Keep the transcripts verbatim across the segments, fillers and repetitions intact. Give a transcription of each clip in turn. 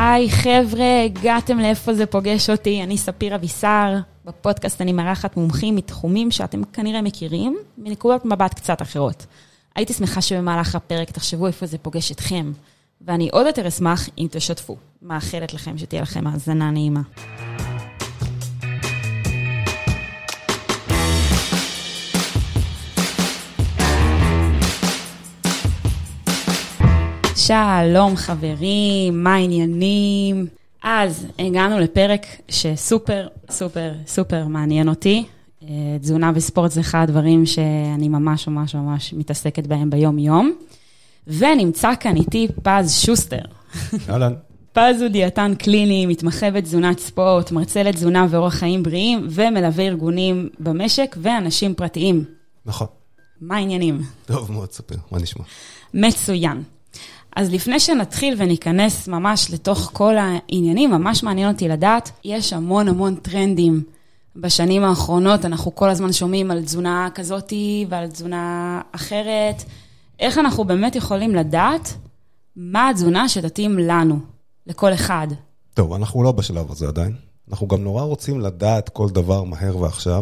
היי חבר'ה, הגעתם לאיפה זה פוגש אותי, אני ספיר אבישר, בפודקאסט אני מארחת מומחים מתחומים שאתם כנראה מכירים, מנקודות מבט קצת אחרות. הייתי שמחה שבמהלך הפרק תחשבו איפה זה פוגש אתכם, ואני עוד יותר אשמח אם תשתפו. מאחלת לכם שתהיה לכם האזנה נעימה. שלום חברים, מה העניינים? אז הגענו לפרק שסופר, סופר, סופר מעניין אותי. תזונה וספורט זה אחד הדברים שאני ממש ממש ממש מתעסקת בהם ביום יום. ונמצא כאן איתי פז שוסטר. אהלן. פז הוא דיאטן קליני, מתמחה בתזונת ספורט, מרצה לתזונה ואורח חיים בריאים, ומלווה ארגונים במשק ואנשים פרטיים. נכון. מה העניינים? טוב מאוד, ספיר, מה נשמע? מצוין. אז לפני שנתחיל וניכנס ממש לתוך כל העניינים, ממש מעניין אותי לדעת, יש המון המון טרנדים בשנים האחרונות, אנחנו כל הזמן שומעים על תזונה כזאת ועל תזונה אחרת. איך אנחנו באמת יכולים לדעת מה התזונה שתתאים לנו, לכל אחד? טוב, אנחנו לא בשלב הזה עדיין. אנחנו גם נורא רוצים לדעת כל דבר מהר ועכשיו.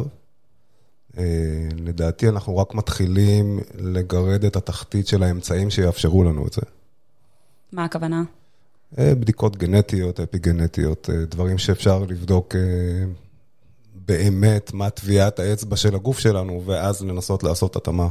לדעתי אנחנו רק מתחילים לגרד את התחתית של האמצעים שיאפשרו לנו את זה. מה הכוונה? בדיקות גנטיות, אפיגנטיות, דברים שאפשר לבדוק באמת מה טביעת האצבע של הגוף שלנו, ואז לנסות לעשות התאמה.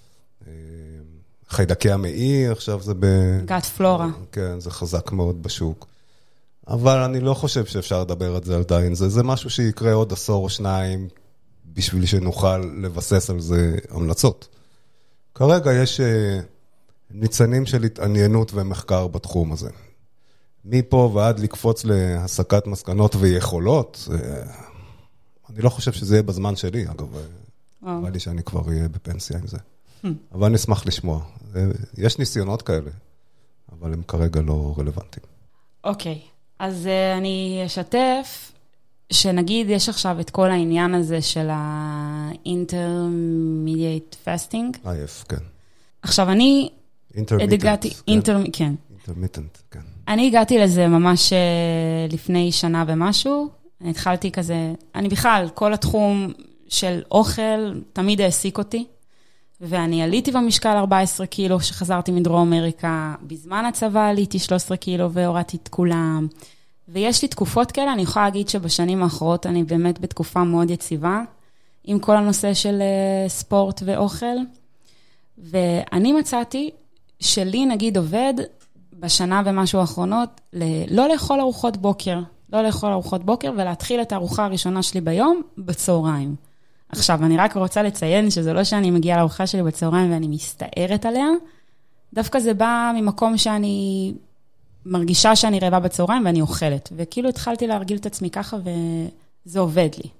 חיידקי המעי, עכשיו זה ב... גת פלורה. כן, זה חזק מאוד בשוק. אבל אני לא חושב שאפשר לדבר את זה עדיין. זה, זה משהו שיקרה עוד עשור או שניים, בשביל שנוכל לבסס על זה המלצות. כרגע יש ניצנים של התעניינות ומחקר בתחום הזה. מפה ועד לקפוץ להסקת מסקנות ויכולות, אני לא חושב שזה יהיה בזמן שלי, אגב. נראה לי שאני כבר אהיה בפנסיה עם זה. אבל אני אשמח לשמוע. יש ניסיונות כאלה, אבל הם כרגע לא רלוונטיים. אוקיי, אז אני אשתף שנגיד יש עכשיו את כל העניין הזה של ה-intermediate fasting. איי אף, כן. עכשיו אני... intermittent. כן. intermittent, כן. אני הגעתי לזה ממש לפני שנה ומשהו. אני התחלתי כזה, אני בכלל, כל התחום של אוכל תמיד העסיק אותי. ואני עליתי במשקל ארבע עשרה קילו, שחזרתי מדרום אמריקה. בזמן הצבא עליתי שלוש עשרה קילו והורדתי את כולם. ויש לי תקופות כאלה, אני יכולה להגיד שבשנים האחרות אני באמת בתקופה מאוד יציבה, עם כל הנושא של ספורט ואוכל. ואני מצאתי שלי נגיד עובד בשנה ומשהו האחרונות, לא לאכול ארוחות בוקר, לא לאכול ארוחות בוקר, ולהתחיל את הארוחה הראשונה שלי ביום בצהריים. עכשיו, אני רק רוצה לציין שזה לא שאני מגיעה לארוחה שלי בצהריים ואני מסתערת עליה, דווקא זה בא ממקום שאני מרגישה שאני רעבה בצהריים ואני אוכלת, וכאילו התחלתי להרגיל את עצמי ככה וזה עובד לי.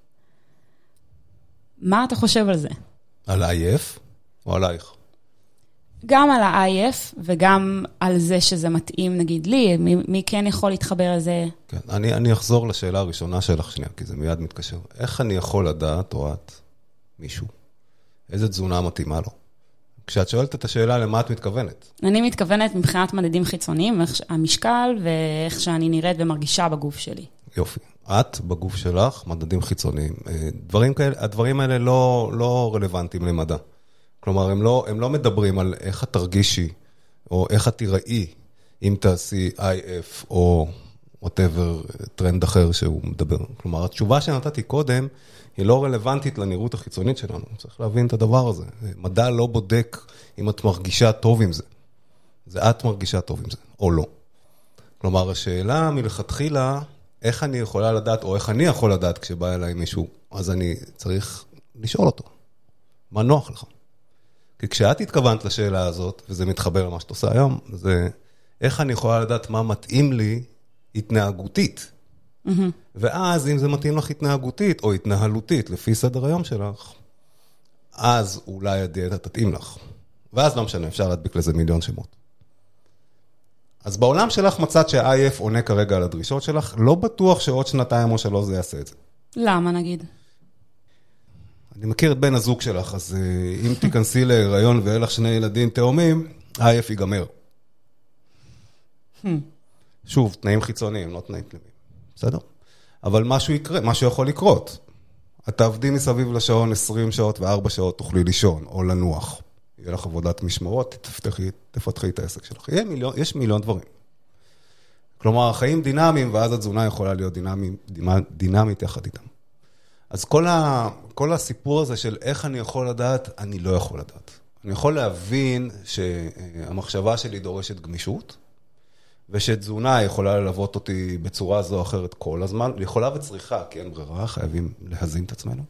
מה אתה חושב על זה? על איי אף או עלייך? גם על ה-איי אף וגם על זה שזה מתאים נגיד לי, מי, מי כן יכול להתחבר לזה? כן, אני, אני אחזור לשאלה הראשונה שלך שנייה, כי זה מיד מתקשר. איך אני יכול לדעת, או את, מישהו, איזה תזונה מתאימה לו? כשאת שואלת את השאלה, למה את מתכוונת? אני מתכוונת מבחינת מדדים חיצוניים, המשקל ואיך שאני נראית ומרגישה בגוף שלי. יופי. את, בגוף שלך, מדדים חיצוניים. דברים כאלה, הדברים האלה לא, לא רלוונטיים למדע. כלומר, הם לא, הם לא מדברים על איך את תרגישי, או איך את תיראי, אם תעשי איי אף, או whatever, טרנד אחר שהוא מדבר. כלומר, התשובה שנתתי קודם, היא לא רלוונטית לנראות החיצונית שלנו. צריך להבין את הדבר הזה. מדע לא בודק אם את מרגישה טוב עם זה. זה את מרגישה טוב עם זה, או לא. כלומר, השאלה מלכתחילה, איך אני יכולה לדעת, או איך אני יכול לדעת כשבא אליי מישהו, אז אני צריך לשאול אותו. מה נוח לך? כי כשאת התכוונת לשאלה הזאת, וזה מתחבר למה שאת עושה היום, זה איך אני יכולה לדעת מה מתאים לי התנהגותית. Mm-hmm. ואז אם זה מתאים לך התנהגותית או התנהלותית, לפי סדר היום שלך, אז אולי הדיאטה תתאים לך. ואז לא משנה, אפשר להדביק לזה מיליון שמות. אז בעולם שלך מצאת שה-איי אף עונה כרגע על הדרישות שלך, לא בטוח שעוד שנתיים או שלוש זה יעשה את זה. למה נגיד? אני מכיר את בן הזוג שלך, אז אם תיכנסי להיריון ואין לך שני ילדים תאומים, איי אף ייגמר. שוב, תנאים חיצוניים, לא תנאים פנימיים. בסדר? אבל משהו יקרה, משהו יכול לקרות. את תעבדי מסביב לשעון עשרים שעות ו-ארבע שעות תוכלי לישון או לנוח. יהיה לך עבודת משמרות, תפתחי, תפתחי את העסק שלך. יהיה מיליון, יש מיליון דברים. כלומר, החיים דינמיים, ואז התזונה יכולה להיות דינמית, דינמית יחד איתם. אז כל, ה, כל הסיפור הזה של איך אני יכול לדעת, אני לא יכול לדעת. אני יכול להבין שהמחשבה שלי דורשת גמישות, ושתזונה יכולה ללוות אותי בצורה זו או אחרת כל הזמן, יכולה וצריכה, כי אין ברירה, חייבים להזין את עצמנו.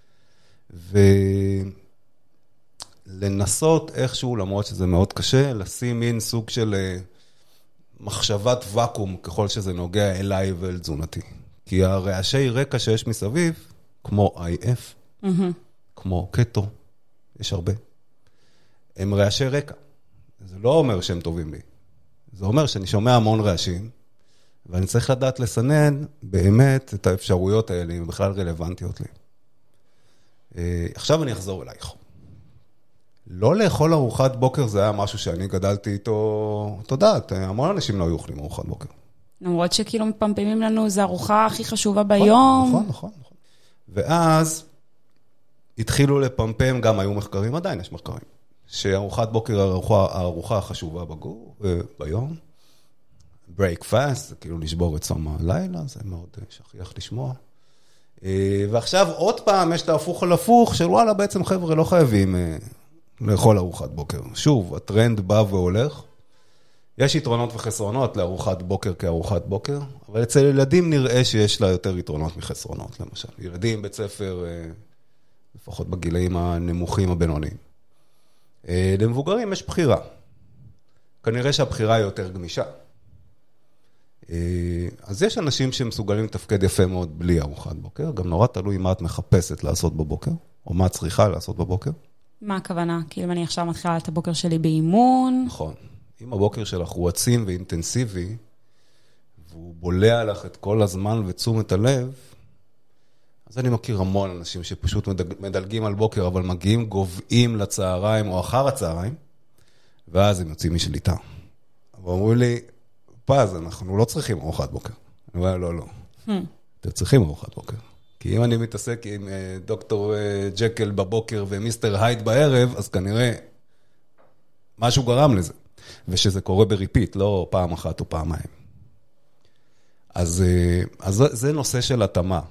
ולנסות איכשהו, למרות שזה מאוד קשה, לשים מין סוג של מחשבת וקום, ככל שזה נוגע אליי ואל תזונתי. כי הרעשי רקע שיש מסביב, כמו איי אף, mm-hmm. כמו קטו, יש הרבה. הם רעשי רקע. זה לא אומר שהם טובים לי. זה אומר שאני שומע המון רעשים, ואני צריך לדעת לסנן באמת את האפשרויות האלה, אם בכלל רלוונטיות לי. עכשיו אני אחזור אלייך. לא לאכול ארוחת בוקר זה היה משהו שאני גדלתי איתו, תודעת, המון אנשים לא היו אוכלים ארוחת בוקר. למרות שכאילו מפמפמים לנו, זה הארוחה הכי חשובה ביום. נכון, נכון, נכון. ואז התחילו לפמפם, גם היו מחקרים, עדיין יש מחקרים, שארוחת בוקר הארוחה, הארוחה החשובה בגור, ביום. break fast, זה כאילו לשבור את צום הלילה, זה מאוד שכיח לשמוע. ועכשיו עוד פעם יש להפוך על הפוך, של וואלה בעצם חבר'ה לא חייבים לאכול ארוחת בוקר. שוב, הטרנד בא והולך. יש יתרונות וחסרונות לארוחת בוקר כארוחת בוקר, אבל אצל ילדים נראה שיש לה יותר יתרונות מחסרונות, למשל. ילדים בית ספר, לפחות בגילאים הנמוכים הבינוניים. למבוגרים יש בחירה. כנראה שהבחירה היא יותר גמישה. אז יש אנשים שמסוגלים לתפקד יפה מאוד בלי ארוחת בוקר, גם נורא תלוי מה את מחפשת לעשות בבוקר, או מה את צריכה לעשות בבוקר. מה הכוונה? כאילו אני עכשיו מתחילה את הבוקר שלי באימון. נכון. אם הבוקר שלך הוא עצים ואינטנסיבי, והוא בולע לך את כל הזמן ותשומת הלב, אז אני מכיר המון אנשים שפשוט מדלגים על בוקר, אבל מגיעים גובעים לצהריים או אחר הצהריים, ואז הם יוצאים משליטה. ואומרים לי, פז, אנחנו לא צריכים ארוחת בוקר. אני אומר, לא, לא. אתם צריכים ארוחת בוקר. כי אם אני מתעסק עם דוקטור ג'קל בבוקר ומיסטר הייד בערב, אז כנראה משהו גרם לזה. ושזה קורה בריפיט, לא פעם אחת או פעמיים. אז, אז זה נושא של התאמה.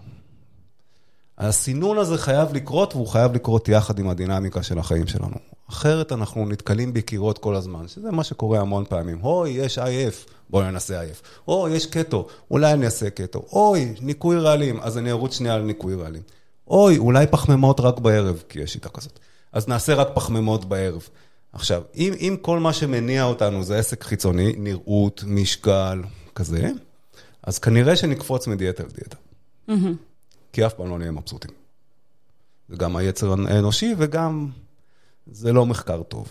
הסינון הזה חייב לקרות, והוא חייב לקרות יחד עם הדינמיקה של החיים שלנו. אחרת אנחנו נתקלים בקירות כל הזמן, שזה מה שקורה המון פעמים. אוי, יש איי אף, בואו ננסה איי אף. אוי, יש קטו, אולי אני אעשה קטו. אוי, ניקוי רעלים, אז אני ארוץ שנייה על ניקוי רעלים. אוי, אולי פחמימות רק בערב, כי יש שיטה כזאת. אז נעשה רק פחמימות בערב. עכשיו, אם, אם כל מה שמניע אותנו זה עסק חיצוני, נראות, משקל, כזה, אז כנראה שנקפוץ מדיאטה לדיאטה. Mm-hmm. כי אף פעם לא נהיה מבסוטים. זה גם היצר האנושי וגם זה לא מחקר טוב.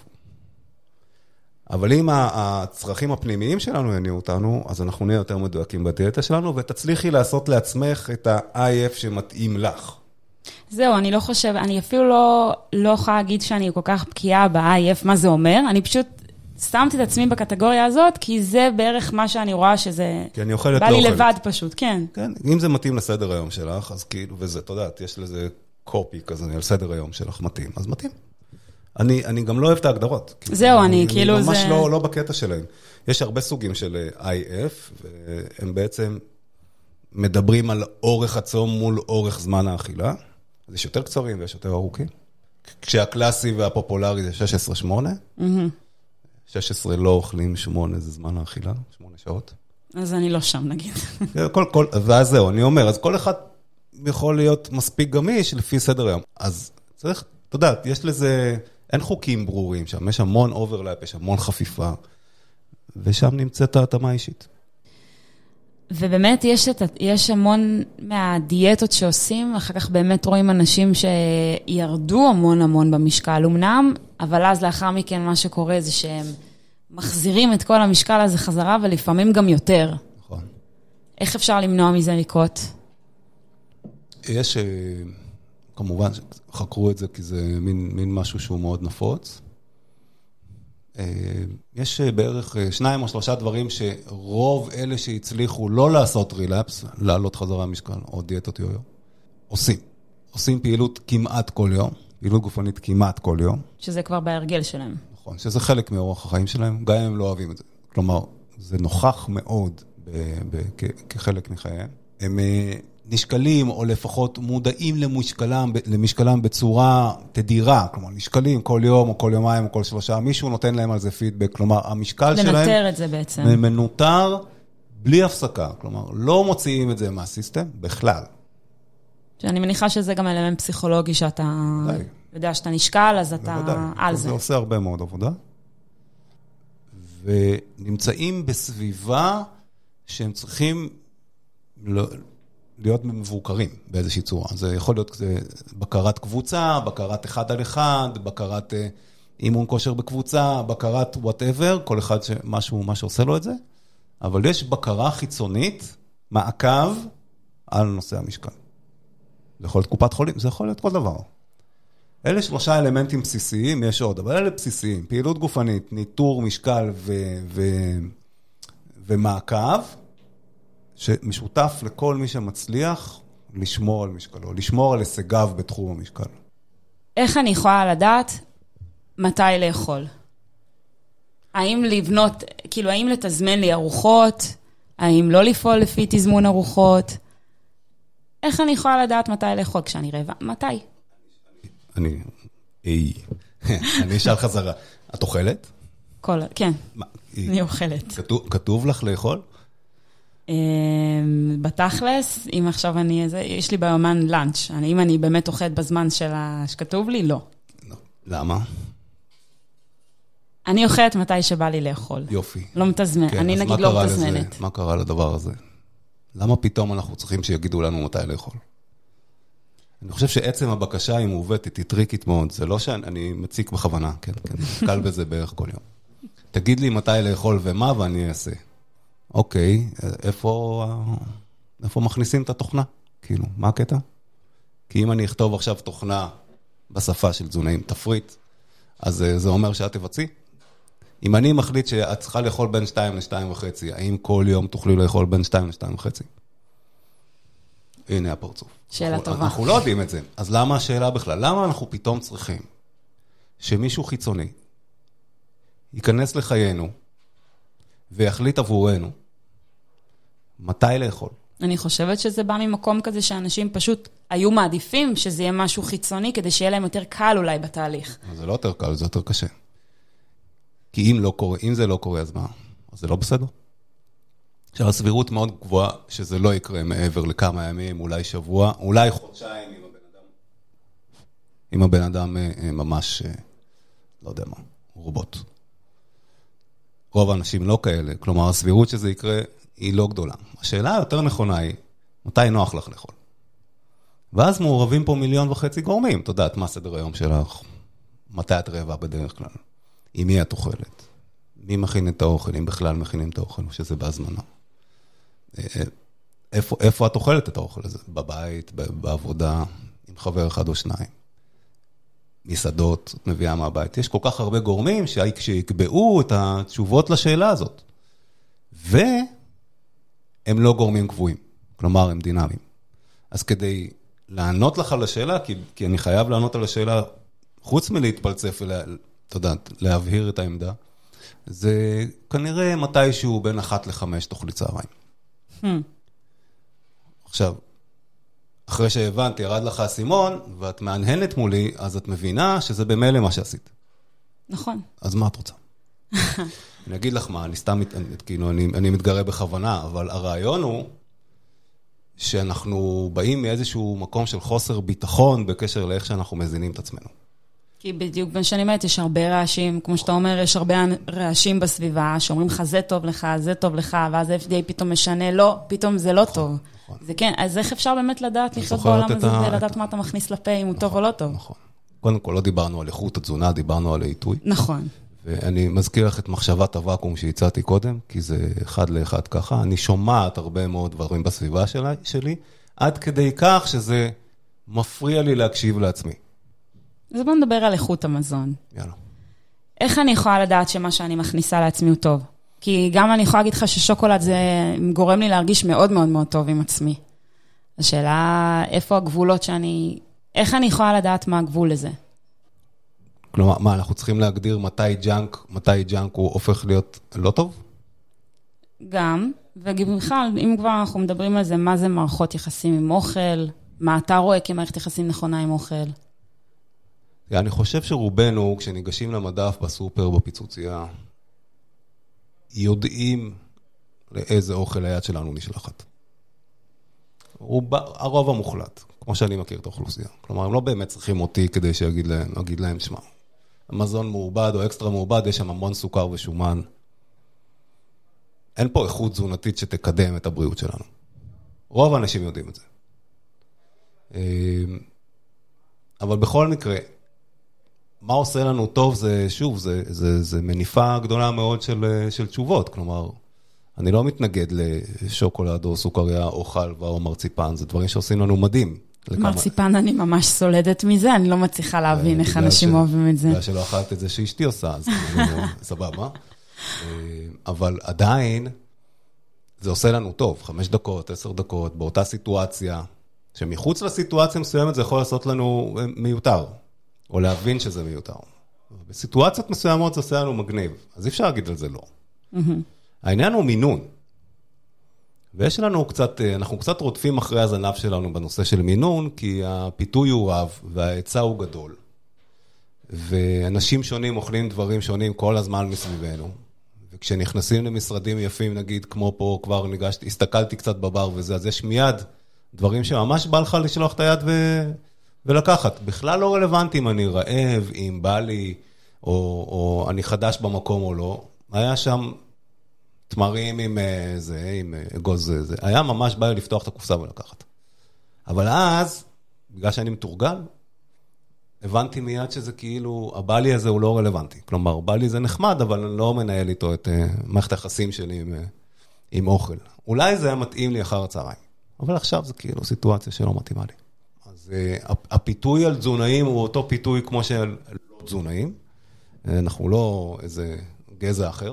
אבל אם הצרכים הפנימיים שלנו יניעו אותנו, אז אנחנו נהיה יותר מדויקים בדיאטה שלנו, ותצליחי לעשות לעצמך את ה-איי אף שמתאים לך. זהו, אני לא חושב, אני אפילו לא, לא יכולה להגיד שאני כל כך בקיאה ב-איי אף, מה זה אומר? אני פשוט שמתי את עצמי בקטגוריה הזאת, כי זה בערך מה שאני רואה שזה... כי אני אוכלת לא אוכלת. בא לי לבד פשוט, כן. כן, אם זה מתאים לסדר היום שלך, אז כאילו, וזה, אתה יודעת, יש לזה קופי כזה על סדר היום שלך מתאים, אז מתאים. אני, אני גם לא אוהב את ההגדרות. זהו, אני, אני כאילו אני זה... ממש לא, לא בקטע שלהם. יש הרבה סוגים של איי אף, והם בעצם מדברים על אורך הצום מול אורך זמן האכילה. אז יש יותר קצרים ויש יותר ארוכים. כשהקלאסי והפופולרי זה שש עשרה שמונה, שש עשרה לא אוכלים, שמונה זה זמן האכילה, שמונה שעות. אז אני לא שם, נגיד. כל, כל, ואז זהו, אני אומר, אז כל אחד יכול להיות מספיק גמיש לפי סדר היום. אז צריך, אתה יודע, יש לזה, אין חוקים ברורים שם, יש המון אוברלאפ, יש המון חפיפה, ושם נמצאת ההתאמה האישית. ובאמת יש, את, יש המון מהדיאטות שעושים, אחר כך באמת רואים אנשים שירדו המון המון במשקל, אמנם, אבל אז לאחר מכן מה שקורה זה שהם מחזירים את כל המשקל הזה חזרה, ולפעמים גם יותר. נכון. איך אפשר למנוע מזה לקרות? יש, כמובן, חקרו את זה כי זה מין, מין משהו שהוא מאוד נפוץ. יש בערך שניים או שלושה דברים שרוב אלה שהצליחו לא לעשות רילאפס, לעלות חזרה משקל או דיאטות יו-יו, עושים. עושים פעילות כמעט כל יום, פעילות גופנית כמעט כל יום. שזה כבר בהרגל שלהם. נכון, שזה חלק מאורח החיים שלהם, גם אם הם לא אוהבים את זה. כלומר, זה נוכח מאוד ב- ב- כ- כחלק מחייהם. הם נשקלים, או לפחות מודעים למשקלם, למשקלם בצורה תדירה, כלומר, נשקלים כל יום, או כל יומיים, או כל שלושה, מישהו נותן להם על זה פידבק, כלומר, המשקל שלהם... לנטר את זה בעצם. מנוטר בלי הפסקה, כלומר, לא מוציאים את זה מהסיסטם, בכלל. שאני מניחה שזה גם אלמנט פסיכולוגי שאתה יודע שאתה נשקל, אז אתה על זה. זה עושה הרבה מאוד עבודה. ונמצאים בסביבה שהם צריכים להיות מבוקרים באיזושהי צורה. זה יכול להיות בקרת קבוצה, בקרת אחד על אחד, בקרת אימון כושר בקבוצה, בקרת whatever, כל אחד שמשהו, מה שעושה לו את זה. אבל יש בקרה חיצונית, מעקב על נושא המשקל. זה יכול להיות קופת חולים, זה יכול להיות כל דבר. אלה שלושה אלמנטים בסיסיים, יש עוד, אבל אלה בסיסיים. פעילות גופנית, ניטור משקל ו... ו... ומעקב, שמשותף לכל מי שמצליח לשמור על משקלו, לשמור על הישגיו בתחום המשקל. איך אני יכולה לדעת מתי לאכול? האם לבנות, כאילו, האם לתזמן לי ארוחות? האם לא לפעול לפי תזמון ארוחות? איך אני יכולה לדעת מתי לאכול כשאני רעבה? מתי? אני, אי, אני אשאל חזרה. את אוכלת? כל, כן, אני אוכלת. כתוב לך לאכול? בתכלס, אם עכשיו אני, יש לי ביומן לנץ', אם אני באמת אוכלת בזמן שכתוב לי, לא. למה? אני אוכלת מתי שבא לי לאכול. יופי. לא מתזמן, אני נגיד לא מתזמנת. מה קרה לדבר הזה? למה פתאום אנחנו צריכים שיגידו לנו מתי לאכול? אני חושב שעצם הבקשה היא מעוותת, היא טריקית מאוד. זה לא שאני מציק בכוונה, כן, כן. קל בזה בערך כל יום. תגיד לי מתי לאכול ומה ואני אעשה. אוקיי, איפה, איפה מכניסים את התוכנה? כאילו, מה הקטע? כי אם אני אכתוב עכשיו תוכנה בשפה של תזונאים, תפריט, אז זה אומר שאת תבצעי. אם אני מחליט שאת צריכה לאכול בין שתיים לשתיים וחצי, האם כל יום תוכלי לאכול בין שתיים לשתיים וחצי? הנה הפרצוף. שאלה אנחנו, טובה. אנחנו לא יודעים את זה. אז למה השאלה בכלל? למה אנחנו פתאום צריכים שמישהו חיצוני ייכנס לחיינו ויחליט עבורנו מתי לאכול? אני חושבת שזה בא ממקום כזה שאנשים פשוט היו מעדיפים שזה יהיה משהו חיצוני, כדי שיהיה להם יותר קל אולי בתהליך. זה לא יותר קל, זה יותר קשה. כי אם לא קורה, אם זה לא קורה, אז מה? אז זה לא בסדר. עכשיו, הסבירות מאוד גבוהה שזה לא יקרה מעבר לכמה ימים, אולי שבוע, אולי חודשיים, אם הבן אדם, אם הבן אדם ממש, לא יודע מה, רובוט. רוב האנשים לא כאלה, כלומר, הסבירות שזה יקרה היא לא גדולה. השאלה היותר נכונה היא, מתי נוח לך לאכול? ואז מעורבים פה מיליון וחצי גורמים. אתה יודעת, מה סדר היום שלך? מתי את רעבה בדרך כלל? עם מי את אוכלת? מי מכין את האוכל? אם בכלל מכינים את האוכל, או שזה בהזמנה. איפה, איפה את אוכלת את האוכל הזה? בבית, בעבודה, עם חבר אחד או שניים. מסעדות, את מביאה מהבית. יש כל כך הרבה גורמים שיקבעו את התשובות לשאלה הזאת. והם לא גורמים קבועים. כלומר, הם דינמיים. אז כדי לענות לך על השאלה, כי, כי אני חייב לענות על השאלה, חוץ מלהתפלצף ולה, אתה יודעת, להבהיר את העמדה, זה כנראה מתישהו בין אחת לחמש תאכלי צהריים. Hmm. עכשיו, אחרי שהבנתי, ירד לך הסימון, ואת מענהנת מולי, אז את מבינה שזה במילא מה שעשית. נכון. אז מה את רוצה? אני אגיד לך מה, אני סתם, כאילו, אני, אני מתגרה בכוונה, אבל הרעיון הוא שאנחנו באים מאיזשהו מקום של חוסר ביטחון בקשר לאיך שאנחנו מזינים את עצמנו. כי בדיוק בין שאני אומרת, יש הרבה רעשים, כמו שאתה אומר, יש הרבה רעשים בסביבה, שאומרים לך, זה טוב לך, זה טוב לך, ואז ה-אף די איי פתאום משנה, לא, פתאום זה לא טוב. זה כן, אז איך אפשר באמת לדעת, לחיות בעולם הזה, ולדעת מה אתה מכניס לפה, אם הוא טוב או לא טוב? נכון. קודם כל, לא דיברנו על איכות התזונה, דיברנו על העיתוי. נכון. ואני מזכיר לך את מחשבת הוואקום שהצעתי קודם, כי זה אחד לאחד ככה. אני שומעת הרבה מאוד דברים בסביבה שלי, עד כדי כך שזה מפריע לי להקשיב לעצמי. אז בוא נדבר על איכות המזון. יאללה. איך אני יכולה לדעת שמה שאני מכניסה לעצמי הוא טוב? כי גם אני יכולה להגיד לך ששוקולד זה גורם לי להרגיש מאוד מאוד מאוד טוב עם עצמי. השאלה, איפה הגבולות שאני, איך אני יכולה לדעת מה הגבול לזה? כלומר, מה, אנחנו צריכים להגדיר מתי ג'אנק, מתי ג'אנק הוא הופך להיות לא טוב? גם, ובכלל, אם כבר אנחנו מדברים על זה, מה זה מערכות יחסים עם אוכל, מה אתה רואה כמערכת יחסים נכונה עם אוכל? אני חושב שרובנו, כשניגשים למדף בסופר, בפיצוצייה, יודעים לאיזה אוכל היד שלנו נשלחת. הרוב המוחלט, כמו שאני מכיר את האוכלוסייה. כלומר, הם לא באמת צריכים אותי כדי שיגיד להם, אגיד להם, שמע, מזון מעובד או אקסטרה מעובד, יש שם המון סוכר ושומן. אין פה איכות תזונתית שתקדם את הבריאות שלנו. רוב האנשים יודעים את זה. אבל בכל מקרה, מה עושה לנו טוב זה, שוב, זה, זה, זה מניפה גדולה מאוד של, של תשובות. כלומר, אני לא מתנגד לשוקולד או סוכריה או חלבה או מרציפן, זה דברים שעושים לנו מדהים. מרציפן אני ממש סולדת מזה, אני לא מצליחה להבין איך אנשים אוהבים את זה. בגלל שלא אכלת את זה שאשתי עושה, אז סבבה. אבל עדיין, זה עושה לנו טוב, חמש דקות, עשר דקות, באותה סיטואציה, שמחוץ לסיטואציה מסוימת זה יכול לעשות לנו מיותר, או להבין שזה מיותר. בסיטואציות מסוימות זה עושה לנו מגניב, אז אי אפשר להגיד על זה לא. העניין הוא מינון. ויש לנו קצת, אנחנו קצת רודפים אחרי הזנב שלנו בנושא של מינון, כי הפיתוי הוא רב וההיצע הוא גדול. ואנשים שונים אוכלים דברים שונים כל הזמן מסביבנו. וכשנכנסים למשרדים יפים, נגיד, כמו פה, כבר ניגשתי, הסתכלתי קצת בבר וזה, אז יש מיד דברים שממש בא לך לשלוח את היד ו... ולקחת. בכלל לא רלוונטי אם אני רעב, אם בא לי, או, או אני חדש במקום או לא. היה שם תמרים עם זה, עם אגוז זה, זה. היה ממש בא לי לפתוח את הקופסה ולקחת. אבל אז, בגלל שאני מתורגל, הבנתי מיד שזה כאילו, הבא הזה הוא לא רלוונטי. כלומר, בא לי זה נחמד, אבל אני לא מנהל איתו את מערכת היחסים שלי עם, עם אוכל. אולי זה היה מתאים לי אחר הצהריים. אבל עכשיו זה כאילו סיטואציה שלא מתאימה לי. אז הפיתוי על תזונאים הוא אותו פיתוי כמו של לא תזונאים. אנחנו לא איזה גזע אחר.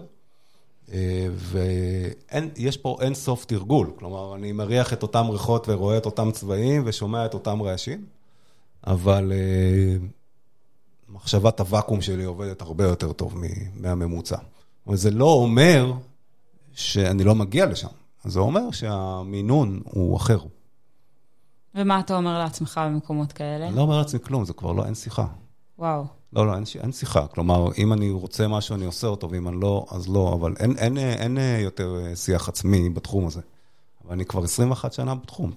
ויש פה אין סוף תרגול. כלומר, אני מריח את אותם ריחות ורואה את אותם צבעים ושומע את אותם רעשים. אבל מחשבת הוואקום שלי עובדת הרבה יותר טוב מהממוצע. אבל זה לא אומר שאני לא מגיע לשם. זה אומר שהמינון הוא אחר. ומה אתה אומר לעצמך במקומות כאלה? אני לא אומר לעצמי כלום, זה כבר לא, אין שיחה. וואו. לא, לא, אין, אין שיחה. כלומר, אם אני רוצה משהו, אני עושה אותו, ואם אני לא, אז לא. אבל אין, אין, אין, אין יותר שיח עצמי בתחום הזה. אבל אני כבר עשרים ואחת שנה בתחום.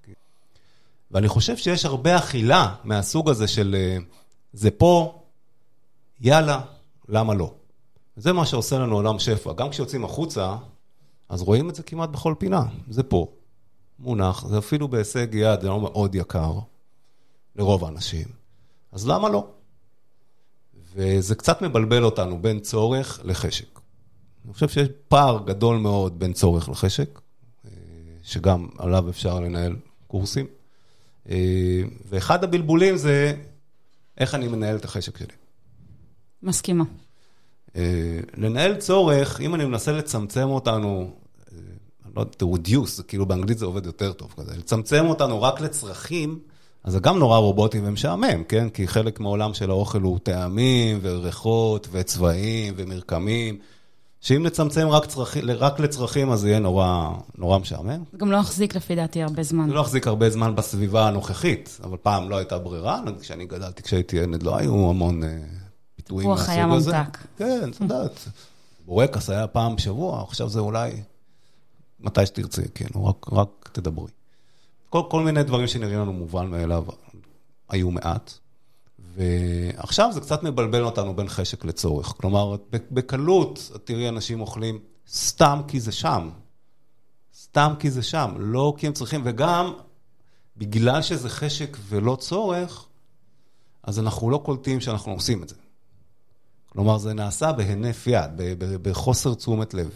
ואני חושב שיש הרבה אכילה מהסוג הזה של זה פה, יאללה, למה לא? זה מה שעושה לנו עולם שפע. גם כשיוצאים החוצה, אז רואים את זה כמעט בכל פינה. זה פה, מונח, זה אפילו בהישג יד, זה לא מאוד יקר לרוב האנשים. אז למה לא? וזה קצת מבלבל אותנו בין צורך לחשק. אני חושב שיש פער גדול מאוד בין צורך לחשק, שגם עליו אפשר לנהל קורסים. ואחד הבלבולים זה איך אני מנהל את החשק שלי. מסכימה. לנהל צורך, אם אני מנסה לצמצם אותנו, לא יודע, to reduce, זה כאילו באנגלית זה עובד יותר טוב כזה, לצמצם אותנו רק לצרכים, אז זה גם נורא רובוטי ומשעמם, כן? כי חלק מהעולם של האוכל הוא טעמים וריחות וצבעים ומרקמים, שאם נצמצם רק, צרכי, רק לצרכים, אז זה יהיה נורא, נורא משעמם. זה גם לא החזיק לפי דעתי הרבה זמן. זה לא החזיק הרבה זמן בסביבה הנוכחית, אבל פעם לא הייתה ברירה, כשאני גדלתי, כשהייתי ילד, לא היו המון פיתויים מהסוג הזה. תפוח היה ממתק. כן, את יודעת. בורקס היה פעם בשבוע, עכשיו זה אולי מתי שתרצה, כן, רק, רק תדברי. כל, כל מיני דברים שנראים לנו מובן מאליו, היו מעט. ועכשיו זה קצת מבלבל אותנו בין חשק לצורך. כלומר, בקלות, תראי אנשים אוכלים סתם כי זה שם. סתם כי זה שם, לא כי הם צריכים, וגם בגלל שזה חשק ולא צורך, אז אנחנו לא קולטים שאנחנו עושים את זה. כלומר, זה נעשה בהינף יד, בחוסר תשומת לב.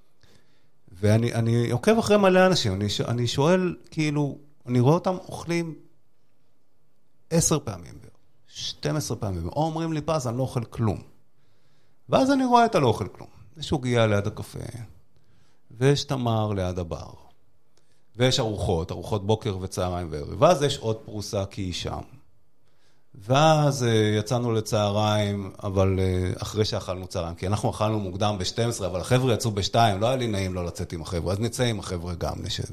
ואני אני עוקב אחרי מלא אנשים, אני, אני שואל, כאילו, אני רואה אותם אוכלים עשר פעמים, שתים עשרה פעמים, או אומרים לי פז, אני לא אוכל כלום. ואז אני רואה את הלא אוכל כלום. יש עוגיה ליד הקפה, ויש תמר ליד הבר, ויש ארוחות, ארוחות בוקר וצהריים וערב, ואז יש עוד פרוסה כי היא שם. ואז יצאנו לצהריים, אבל אחרי שאכלנו צהריים, כי אנחנו אכלנו מוקדם ב-שתים עשרה, אבל החבר'ה יצאו ב-שתיים, לא היה לי נעים לא לצאת עם החבר'ה, אז נצא עם החבר'ה גם, נשב.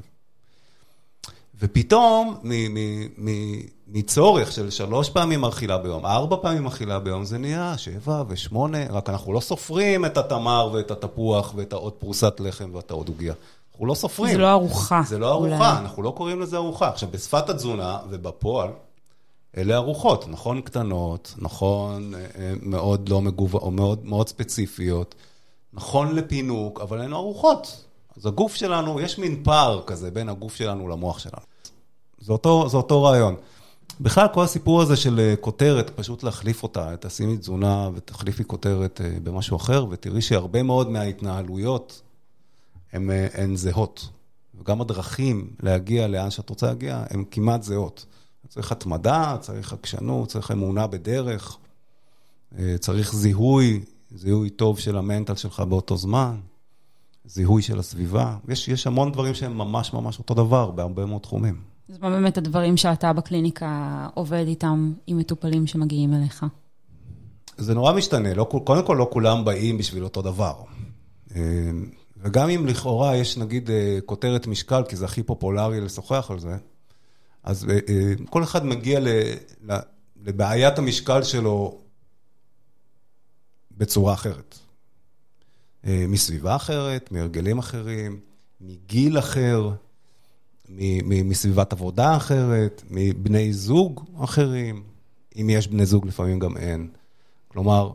ופתאום, מצורך של שלוש פעמים אכילה ביום, ארבע פעמים אכילה ביום, זה נהיה שבע ושמונה, רק אנחנו לא סופרים את התמר ואת התפוח ואת העוד פרוסת לחם ואת העוד עוגיה. אנחנו לא סופרים. זה לא ארוחה. זה לא ארוחה, אנחנו לא קוראים לזה ארוחה. עכשיו, בשפת התזונה ובפועל, אלה ארוחות, נכון קטנות, נכון מאוד לא מגובה, או מאוד, מאוד ספציפיות, נכון לפינוק, אבל הן ארוחות. אז הגוף שלנו, יש מין פער כזה בין הגוף שלנו למוח שלנו. זה אותו, זה אותו רעיון. בכלל, כל הסיפור הזה של כותרת, פשוט להחליף אותה, תשימי תזונה ותחליפי כותרת במשהו אחר, ותראי שהרבה מאוד מההתנהלויות הן, הן זהות. וגם הדרכים להגיע לאן שאת רוצה להגיע, הן כמעט זהות. צריך התמדה, צריך עקשנות, צריך אמונה בדרך, צריך זיהוי, זיהוי טוב של המנטל שלך באותו זמן, זיהוי של הסביבה. יש, יש המון דברים שהם ממש ממש אותו דבר, בהרבה מאוד תחומים. אז מה באמת הדברים שאתה בקליניקה עובד איתם עם מטופלים שמגיעים אליך? זה נורא משתנה. לא, קודם כל לא כולם באים בשביל אותו דבר. וגם אם לכאורה יש נגיד כותרת משקל, כי זה הכי פופולרי לשוחח על זה, אז כל אחד מגיע לבעיית המשקל שלו בצורה אחרת. מסביבה אחרת, מהרגלים אחרים, מגיל אחר, מסביבת עבודה אחרת, מבני זוג אחרים, אם יש בני זוג לפעמים גם אין. כלומר,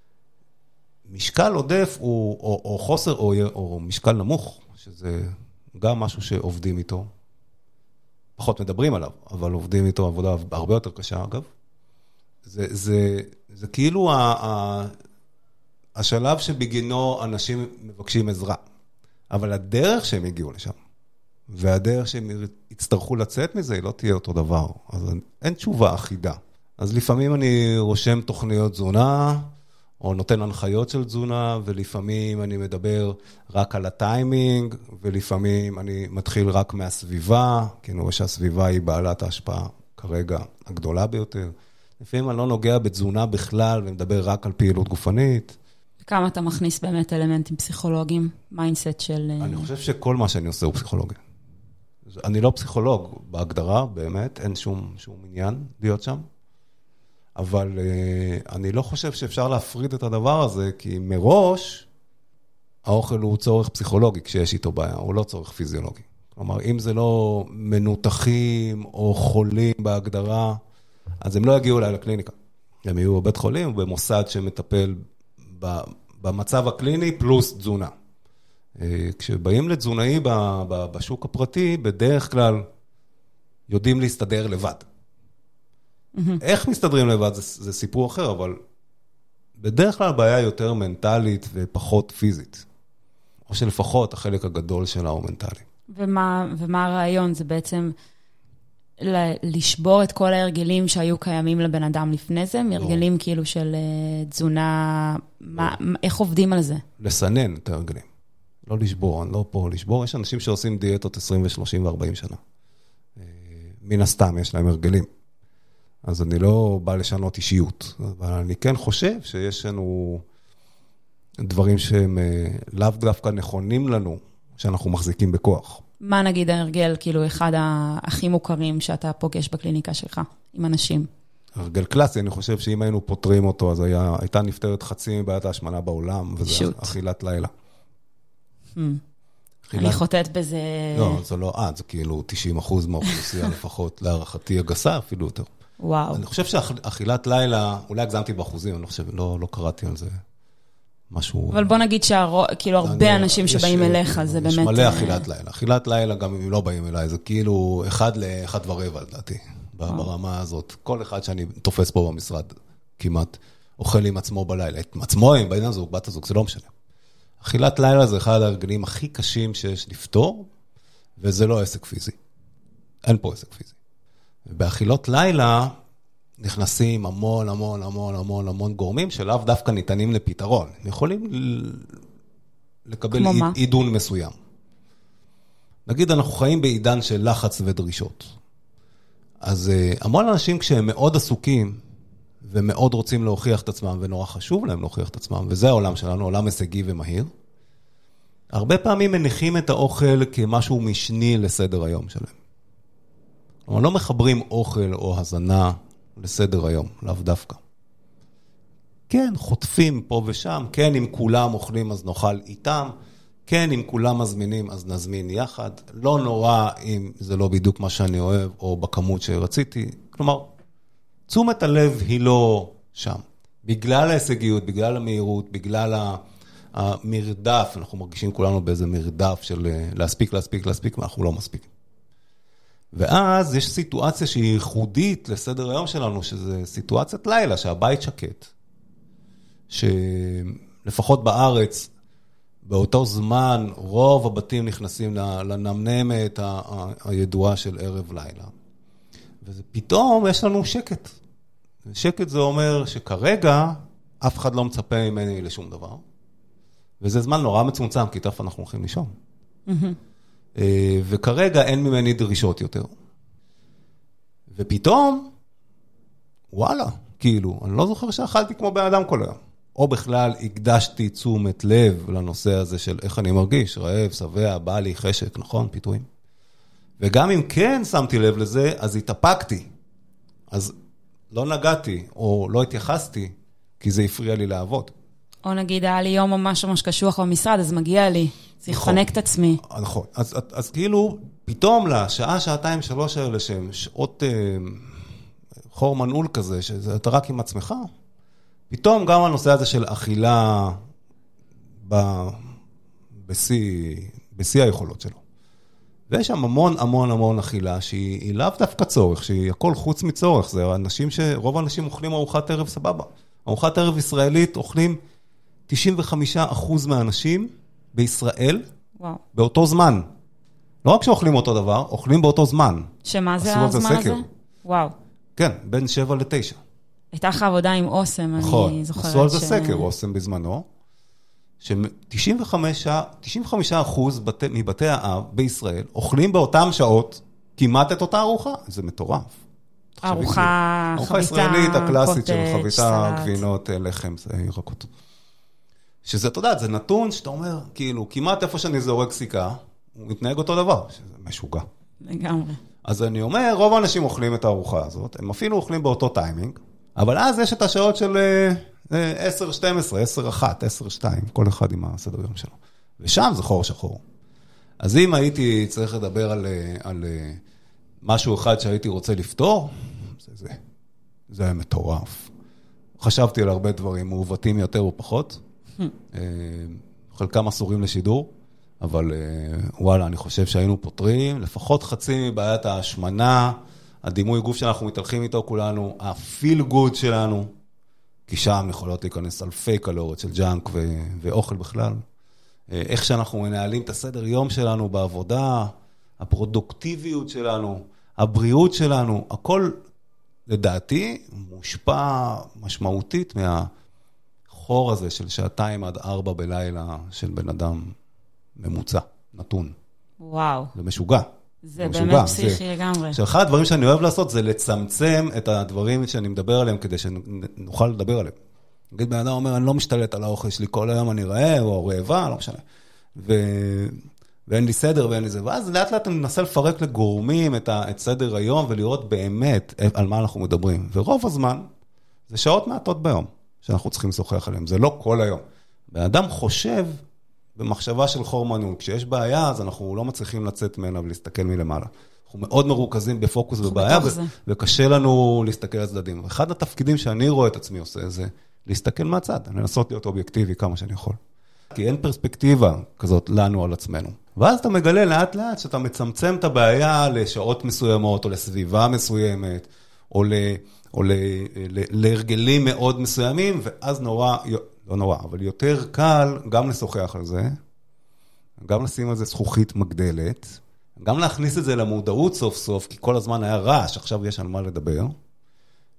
משקל עודף הוא, או, או חוסר או, או משקל נמוך, שזה גם משהו שעובדים איתו. פחות מדברים עליו, אבל עובדים איתו עבודה הרבה יותר קשה, אגב. זה, זה, זה כאילו ה, ה, השלב שבגינו אנשים מבקשים עזרה. אבל הדרך שהם הגיעו לשם, והדרך שהם יצטרכו לצאת מזה, היא לא תהיה אותו דבר. אז אין תשובה אחידה. אז לפעמים אני רושם תוכניות תזונה, או נותן הנחיות של תזונה, ולפעמים אני מדבר רק על הטיימינג, ולפעמים אני מתחיל רק מהסביבה, כי אני רואה שהסביבה היא בעלת ההשפעה כרגע הגדולה ביותר. לפעמים אני לא נוגע בתזונה בכלל, ומדבר רק על פעילות גופנית. כמה אתה מכניס באמת אלמנטים פסיכולוגיים, מיינדסט של... אני חושב שכל מה שאני עושה הוא פסיכולוגי. אני לא פסיכולוג בהגדרה, באמת, אין שום, שום עניין להיות שם. אבל uh, אני לא חושב שאפשר להפריד את הדבר הזה, כי מראש האוכל הוא צורך פסיכולוגי כשיש איתו בעיה, הוא לא צורך פיזיולוגי. כלומר, אם זה לא מנותחים או חולים בהגדרה, אז הם לא יגיעו אליי לקליניקה. הם יהיו בבית חולים או במוסד שמטפל במצב הקליני פלוס תזונה. כשבאים לתזונאי בשוק הפרטי, בדרך כלל יודעים להסתדר לבד. איך מסתדרים לבד זה, זה סיפור אחר, אבל בדרך כלל הבעיה יותר מנטלית ופחות פיזית. או שלפחות החלק הגדול שלה הוא מנטלי. ומה, ומה הרעיון? זה בעצם לשבור את כל ההרגלים שהיו קיימים לבן אדם לפני זה, מרגלים לא. כאילו של תזונה, לא. מה, איך עובדים על זה? לסנן את ההרגלים. לא לשבור, אני לא פה לשבור. יש אנשים שעושים דיאטות עשרים ושלושים וארבעים שנה. מן הסתם יש להם הרגלים. אז אני לא בא לשנות אישיות, אבל אני כן חושב שיש לנו דברים שהם לאו דווקא נכונים לנו, שאנחנו מחזיקים בכוח. מה נגיד ההרגל, כאילו אחד הכי מוכרים שאתה פוגש בקליניקה שלך, עם אנשים? הרגל קלאסי, אני חושב שאם היינו פותרים אותו, אז היה, הייתה נפטרת חצי מבעיית ההשמנה בעולם, וזה שוט. אכילת לילה. Hmm. אני חוטאת בזה... לא, זה לא עד, זה כאילו תשעים אחוז מהאוכלוסייה לפחות, להערכתי הגסה אפילו יותר. וואו. אני חושב שאכילת לילה, אולי הגזמתי באחוזים, אני לא חושב, לא, לא קראתי על זה משהו... אבל בוא נגיד שכאילו הרבה אנשים שבאים אליך, זה באמת... יש מלא אכילת לילה. אכילת לילה, גם אם לא באים אליי, זה כאילו אחד לאחד ורבע, לדעתי, ברמה הזאת. כל אחד שאני תופס פה במשרד, כמעט אוכל עם עצמו בלילה. את עצמו, עם בעניין הזוג, בת הזוג, זה לא משנה. אכילת לילה זה אחד ההרגלים הכי קשים שיש לפתור, וזה לא עסק פיזי. אין פה עסק פיזי. באכילות לילה, נכנסים המון, המון, המון, המון, המון גורמים, שלאו דווקא ניתנים לפתרון. הם יכולים לקבל עידון מסוים. נגיד, אנחנו חיים בעידן של לחץ ודרישות. אז המון אנשים כשהם מאוד עסוקים, ומאוד רוצים להוכיח את עצמם, ונורא חשוב להם להוכיח את עצמם, וזה העולם שלנו, עולם הישגי ומהיר, הרבה פעמים מניחים את האוכל כמשהו משני לסדר היום שלהם. כלומר, לא מחברים אוכל או הזנה לסדר היום, לאו דווקא. כן, חוטפים פה ושם, כן, אם כולם אוכלים אז נאכל איתם, כן, אם כולם מזמינים אז נזמין יחד, לא נורא אם זה לא בדיוק מה שאני אוהב, או בכמות שרציתי. כלומר, תשומת הלב היא לא שם. בגלל ההישגיות, בגלל המהירות, בגלל המרדף, אנחנו מרגישים כולנו באיזה מרדף של להספיק, להספיק, להספיק, ואנחנו לא מספיקים. ואז יש סיטואציה שהיא ייחודית לסדר היום שלנו, שזה סיטואציית לילה, שהבית שקט. שלפחות בארץ, באותו זמן, רוב הבתים נכנסים לנמנמת הידועה של ערב לילה. ופתאום יש לנו שקט. שקט זה אומר שכרגע אף אחד לא מצפה ממני לשום דבר. וזה זמן נורא מצומצם, כי תכף אנחנו הולכים לישון. וכרגע אין ממני דרישות יותר. ופתאום, וואלה, כאילו, אני לא זוכר שאכלתי כמו בן אדם כל היום. או בכלל הקדשתי תשומת לב לנושא הזה של איך אני מרגיש, רעב, שבע, בא לי, חשק, נכון, פיתויים. וגם אם כן שמתי לב לזה, אז התאפקתי. אז לא נגעתי או לא התייחסתי, כי זה הפריע לי לעבוד. או נגיד, היה לי יום ממש ממש קשוח במשרד, אז מגיע לי, זה יחנק את עצמי. נכון, אז, אז, אז כאילו, פתאום לשעה, שעתיים, שלוש האלה, שהן שעות אה, חור מנעול כזה, שאתה רק עם עצמך, פתאום גם הנושא הזה של אכילה ב, בשיא, בשיא היכולות שלו. ויש שם המון המון המון אכילה, שהיא לאו דווקא צורך, שהיא הכל חוץ מצורך, זה אנשים שרוב האנשים אוכלים ארוחת ערב סבבה. ארוחת ערב ישראלית אוכלים תשעים וחמישה אחוז מהאנשים בישראל, וואו. באותו זמן. לא רק שאוכלים אותו דבר, אוכלים באותו זמן. שמה זה הזמן הזה? וואו. כן, בין שבע לתשע. הייתה לך עבודה עם אוסם, נכון. אני זוכרת ש... עשו על זה סקר, אוסם בזמנו, ש-תשעים וחמישה אחוז מבתי האב בישראל אוכלים באותם שעות כמעט את אותה ארוחה. זה מטורף. ארוחה, ארוחה ישראלית הקלאסית של חביתה, גבינות, לחם, זה ירקות. שזה, אתה יודע, זה נתון שאתה אומר, כאילו, כמעט איפה שאני זורק סיכה, הוא מתנהג אותו דבר, שזה משוגע. לגמרי. אז אני אומר, רוב האנשים אוכלים את הארוחה הזאת, הם אפילו אוכלים באותו טיימינג, אבל אז יש את השעות של עשר שתים עשרה, עשר אחת, עשר שתיים, כל אחד עם הסדר יום שלו. ושם זה חור שחור. אז אם הייתי צריך לדבר על, על משהו אחד שהייתי רוצה לפתור, זה זה. זה היה מטורף. חשבתי על הרבה דברים, מעוותים יותר או פחות. חלקם אסורים לשידור, אבל וואלה, אני חושב שהיינו פותרים, לפחות חצי מבעיית ההשמנה, הדימוי גוף שאנחנו מתהלכים איתו כולנו, הפיל גוד שלנו, כי שם יכולות להיכנס אלפי קלוריות של ג'אנק ו- ואוכל בכלל. איך שאנחנו מנהלים את הסדר יום שלנו בעבודה, הפרודוקטיביות שלנו, הבריאות שלנו, הכל לדעתי מושפע משמעותית מהחור הזה של שעתיים עד ארבע בלילה של בן אדם ממוצע, נתון. וואו. זה משוגע. זה באמת פסיכי לגמרי. שאחד הדברים שאני אוהב לעשות זה לצמצם את הדברים שאני מדבר עליהם כדי שנוכל לדבר עליהם. נגיד בן אדם אומר, אני לא משתלט על האוכל שלי, כל היום אני רעב או רעבה, לא משנה. ו... ואין לי סדר ואין לי זה. ואז לאט לאט אני מנסה לפרק לגורמים את, ה... את סדר היום ולראות באמת על מה אנחנו מדברים. ורוב הזמן זה שעות מעטות ביום שאנחנו צריכים לשוחח עליהם. זה לא כל היום. בן אדם חושב במחשבה של חור מנעול. כשיש בעיה, אז אנחנו לא מצליחים לצאת ממנה ולהסתכל מלמעלה. אנחנו מאוד מרוכזים בפוקוס בבעיה, ו- וקשה לנו להסתכל על צדדים. אחד התפקידים שאני רואה את עצמי עושה, זה להסתכל מהצד, לנסות להיות אובייקטיבי כמה שאני יכול. כי אין פרספקטיבה כזאת לנו על עצמנו. ואז אתה מגלה לאט לאט שאתה מצמצם את הבעיה לשעות מסוימות, או לסביבה מסוימת, או, ל- או ל- ל- להרגלים מאוד מסוימים, ואז נורא... לא נורא, אבל יותר קל גם לשוחח על זה, גם לשים על זה זכוכית מגדלת, גם להכניס את זה למודעות סוף סוף, כי כל הזמן היה רעש, עכשיו יש על מה לדבר,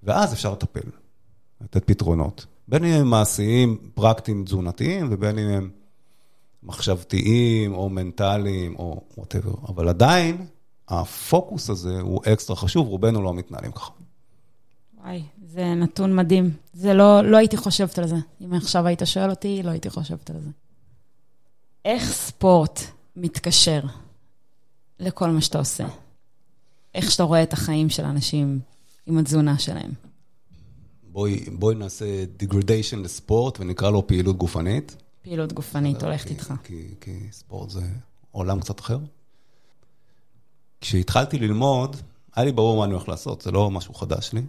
ואז אפשר לטפל, לתת פתרונות. בין אם הם מעשיים, פרקטיים, תזונתיים, ובין אם הם מחשבתיים או מנטליים או whatever. אבל עדיין, הפוקוס הזה הוא אקסטרה חשוב, רובנו לא מתנהלים ככה. וואי, זה נתון מדהים. זה לא, לא הייתי חושבת על זה. אם עכשיו היית שואל אותי, לא הייתי חושבת על זה. איך ספורט מתקשר לכל מה שאתה עושה? איך שאתה רואה את החיים של אנשים עם התזונה שלהם? בואי, בואי נעשה degradation לספורט ונקרא לו פעילות גופנית. פעילות גופנית, הולכת איתך. כי, כי ספורט זה עולם קצת אחר. כשהתחלתי ללמוד, היה לי ברור מה אני הולך לעשות, זה לא משהו חדש לי.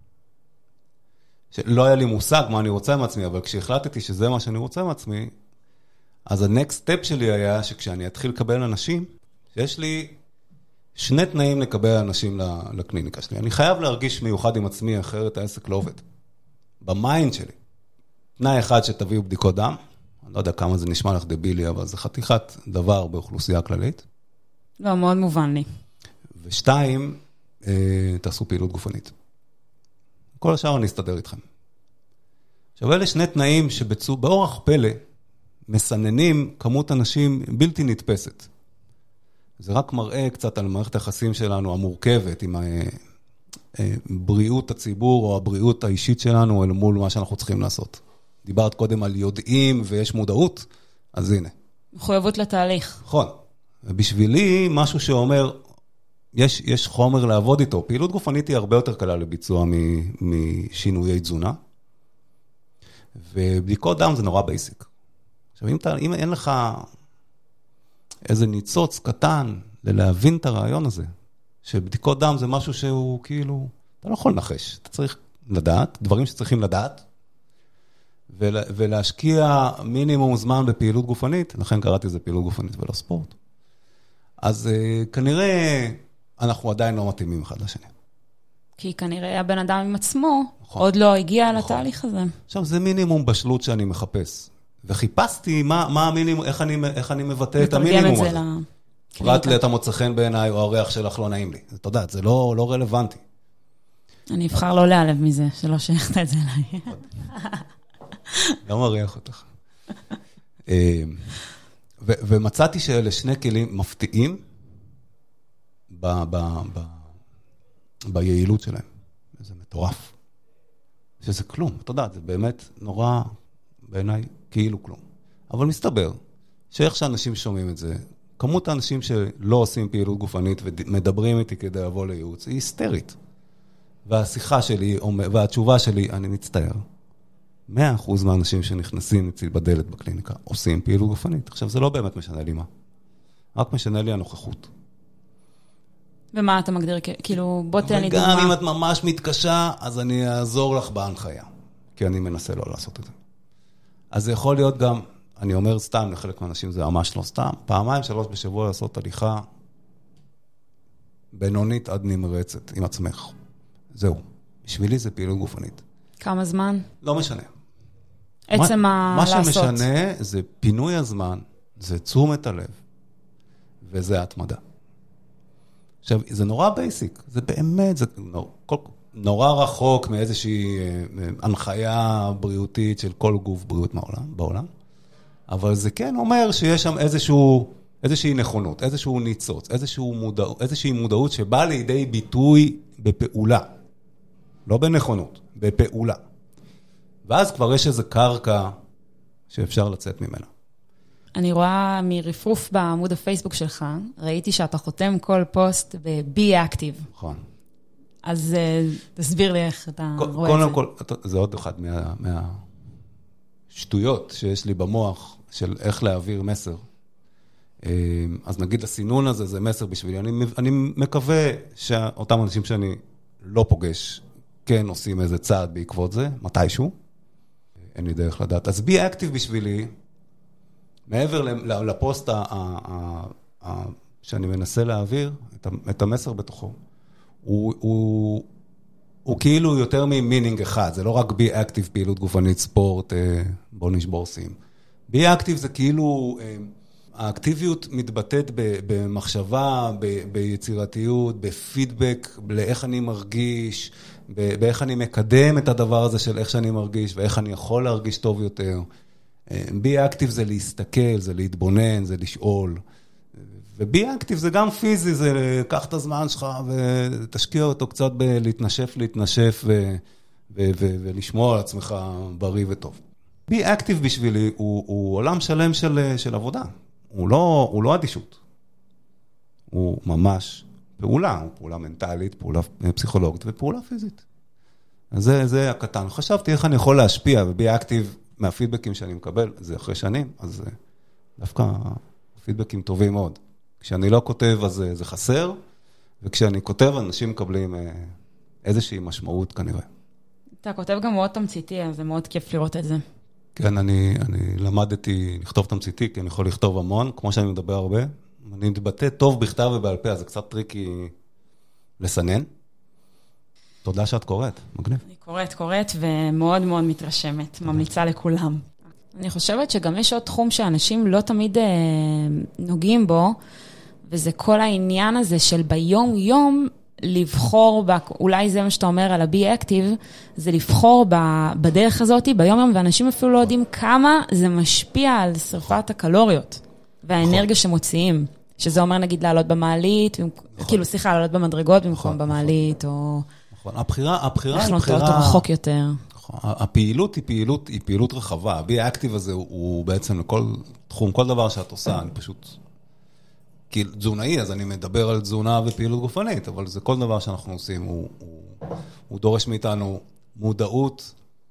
לא היה לי מושג מה אני רוצה עם עצמי, אבל כשהחלטתי שזה מה שאני רוצה עם עצמי, אז ה-next step שלי היה שכשאני אתחיל לקבל אנשים, שיש לי שני תנאים לקבל אנשים לקליניקה שלי. אני חייב להרגיש מיוחד עם עצמי, אחרת העסק לא עובד. במיינד שלי. תנאי אחד שתביאו בדיקות דם, אני לא יודע כמה זה נשמע לך דבילי, אבל זה חתיכת דבר באוכלוסייה כללית. לא, מאוד מובן לי. ושתיים, תעשו פעילות גופנית. כל השאר אני אסתדר איתכם. עכשיו, אלה שני תנאים שבצו, באורח פלא, מסננים כמות אנשים בלתי נתפסת. זה רק מראה קצת על מערכת היחסים שלנו המורכבת, עם בריאות הציבור או הבריאות האישית שלנו, אל מול מה שאנחנו צריכים לעשות. דיברת קודם על יודעים ויש מודעות, אז הנה. מחויבות לתהליך. נכון. ובשבילי, משהו שאומר, יש, יש חומר לעבוד איתו. פעילות גופנית היא הרבה יותר קלה לביצוע משינויי תזונה. ובדיקות דם זה נורא בייסיק. עכשיו, אם, אתה, אם אין לך איזה ניצוץ קטן ללהבין את הרעיון הזה, שבדיקות דם זה משהו שהוא כאילו, אתה לא יכול לנחש. אתה צריך לדעת, דברים שצריכים לדעת, ולה, ולהשקיע מינימום זמן בפעילות גופנית, לכן קראתי זה פעילות גופנית ולא ספורט. אז uh, כנראה אנחנו עדיין לא מתאימים אחד לשני. כי כנראה הבן אדם עם עצמו נכון. עוד לא הגיע נכון. לתהליך הזה. עכשיו זה מינימום בשלות שאני מחפש. וחיפשתי מה, מה המינימום, איך אני, איך אני מבטא את המינימום הזה. פרט לי אתה מוצא חן בעיניי או הריח שלך לא נעים לי. אתה יודע, זה לא, לא רלוונטי. אני אבחר לא להיעלב מזה, שלא שייכת את זה אליי. לא מריח אותך. ומצאתי שאלה שני כלים מפתיעים ביעילות שלהם. זה מטורף. שזה כלום, אתה יודע, זה באמת נורא בעיניי כאילו כלום. אבל מסתבר שאיך שאנשים שומעים את זה, כמות האנשים שלא עושים פעילות גופנית ומדברים איתי כדי לבוא לייעוץ, היא היסטרית. והשיחה שלי, והתשובה שלי, אני מצטער. מאה אחוז מהאנשים שנכנסים אצלי בדלת בקליניקה עושים פעילות גופנית. עכשיו, זה לא באמת משנה לי מה. רק משנה לי הנוכחות. ומה אתה מגדיר? כאילו, בוא תן לי דוגמה. וגם אם את ממש מתקשה, אז אני אעזור לך בהנחיה. כי אני מנסה לא לעשות את זה. אז זה יכול להיות גם, אני אומר סתם, לחלק מהאנשים זה ממש לא סתם, פעמיים, שלוש בשבוע לעשות הליכה בינונית עד נמרצת עם עצמך. זהו. בשבילי זה פעילות גופנית. כמה זמן? לא משנה. עצם מה, מה לעשות. מה שמשנה זה פינוי הזמן, זה תשומת הלב, וזה התמדה. עכשיו, זה נורא בייסיק, זה באמת, זה נורא, כל, נורא רחוק מאיזושהי הנחיה בריאותית של כל גוף בריאות מעולם, בעולם, אבל זה כן אומר שיש שם איזשהו, איזושהי נכונות, איזשהו ניצוץ, איזשהו מודע, איזושהי מודעות שבאה לידי ביטוי בפעולה, לא בנכונות, בפעולה. ואז כבר יש איזו קרקע שאפשר לצאת ממנה. אני רואה מרפרוף בעמוד הפייסבוק שלך, ראיתי שאתה חותם כל פוסט ב-be active. נכון. אז תסביר לי איך אתה רואה את זה. קודם כל, זה עוד אחד מהשטויות שיש לי במוח של איך להעביר מסר. אז נגיד הסינון הזה, זה מסר בשבילי. אני, אני מקווה שאותם אנשים שאני לא פוגש, כן עושים איזה צעד בעקבות זה, מתישהו. אין לי דרך לדעת. אז be active בשבילי, מעבר לפוסט שאני מנסה להעביר, את המסר בתוכו, הוא, הוא, הוא כאילו יותר ממינינג אחד, זה לא רק be active, פעילות גופנית, ספורט, בוא נשבור סים. be active זה כאילו, האקטיביות מתבטאת במחשבה, ביצירתיות, בפידבק, לאיך אני מרגיש, באיך אני מקדם את הדבר הזה של איך שאני מרגיש, ואיך אני יכול להרגיש טוב יותר. בי אקטיב זה להסתכל, זה להתבונן, זה לשאול. ובי אקטיב זה גם פיזי, זה לקח את הזמן שלך ותשקיע אותו קצת בלהתנשף, להתנשף ו, ו, ו, ולשמור על עצמך בריא וטוב. בי אקטיב בשבילי הוא, הוא עולם שלם של, של עבודה. הוא לא, הוא לא אדישות. הוא ממש פעולה, הוא פעולה מנטלית, פעולה פסיכולוגית ופעולה פיזית. אז זה, זה הקטן. חשבתי איך אני יכול להשפיע, ובי אקטיב מהפידבקים שאני מקבל, זה אחרי שנים, אז דווקא פידבקים טובים מאוד. כשאני לא כותב, אז זה, זה חסר, וכשאני כותב, אנשים מקבלים איזושהי משמעות כנראה. אתה כותב גם מאוד תמציתי, אז זה מאוד כיף לראות את זה. כן, אני, אני למדתי לכתוב תמציתי, כי אני יכול לכתוב המון, כמו שאני מדבר הרבה. אני מתבטא טוב בכתב ובעל פה, אז זה קצת טריקי לסנן. תודה שאת קוראת, מגניב. אני קוראת, קוראת, ומאוד מאוד מתרשמת, ממליצה לכולם. אני חושבת שגם יש עוד תחום שאנשים לא תמיד אה, נוגעים בו, וזה כל העניין הזה של ביום יום לבחור, ב, אולי זה מה שאתה אומר על ה-Be Active, זה לבחור ב, בדרך הזאת ביום יום, ואנשים אפילו לא יודעים כמה זה משפיע על שרפת הקלוריות, והאנרגיה שמוציאים, שזה אומר נגיד לעלות במעלית, כאילו סליחה, לעלות במדרגות במקום במעלית, או... נכון, הבחירה, הבחירה היא בחירה... אנחנו אותו רחוק יותר. הפעילות היא פעילות, היא פעילות רחבה. ה-Be Active הזה הוא בעצם לכל תחום, כל דבר שאת עושה, אני פשוט... כי תזונאי, אז אני מדבר על תזונה ופעילות גופנית, אבל זה כל דבר שאנחנו עושים, הוא, הוא, הוא דורש מאיתנו מודעות,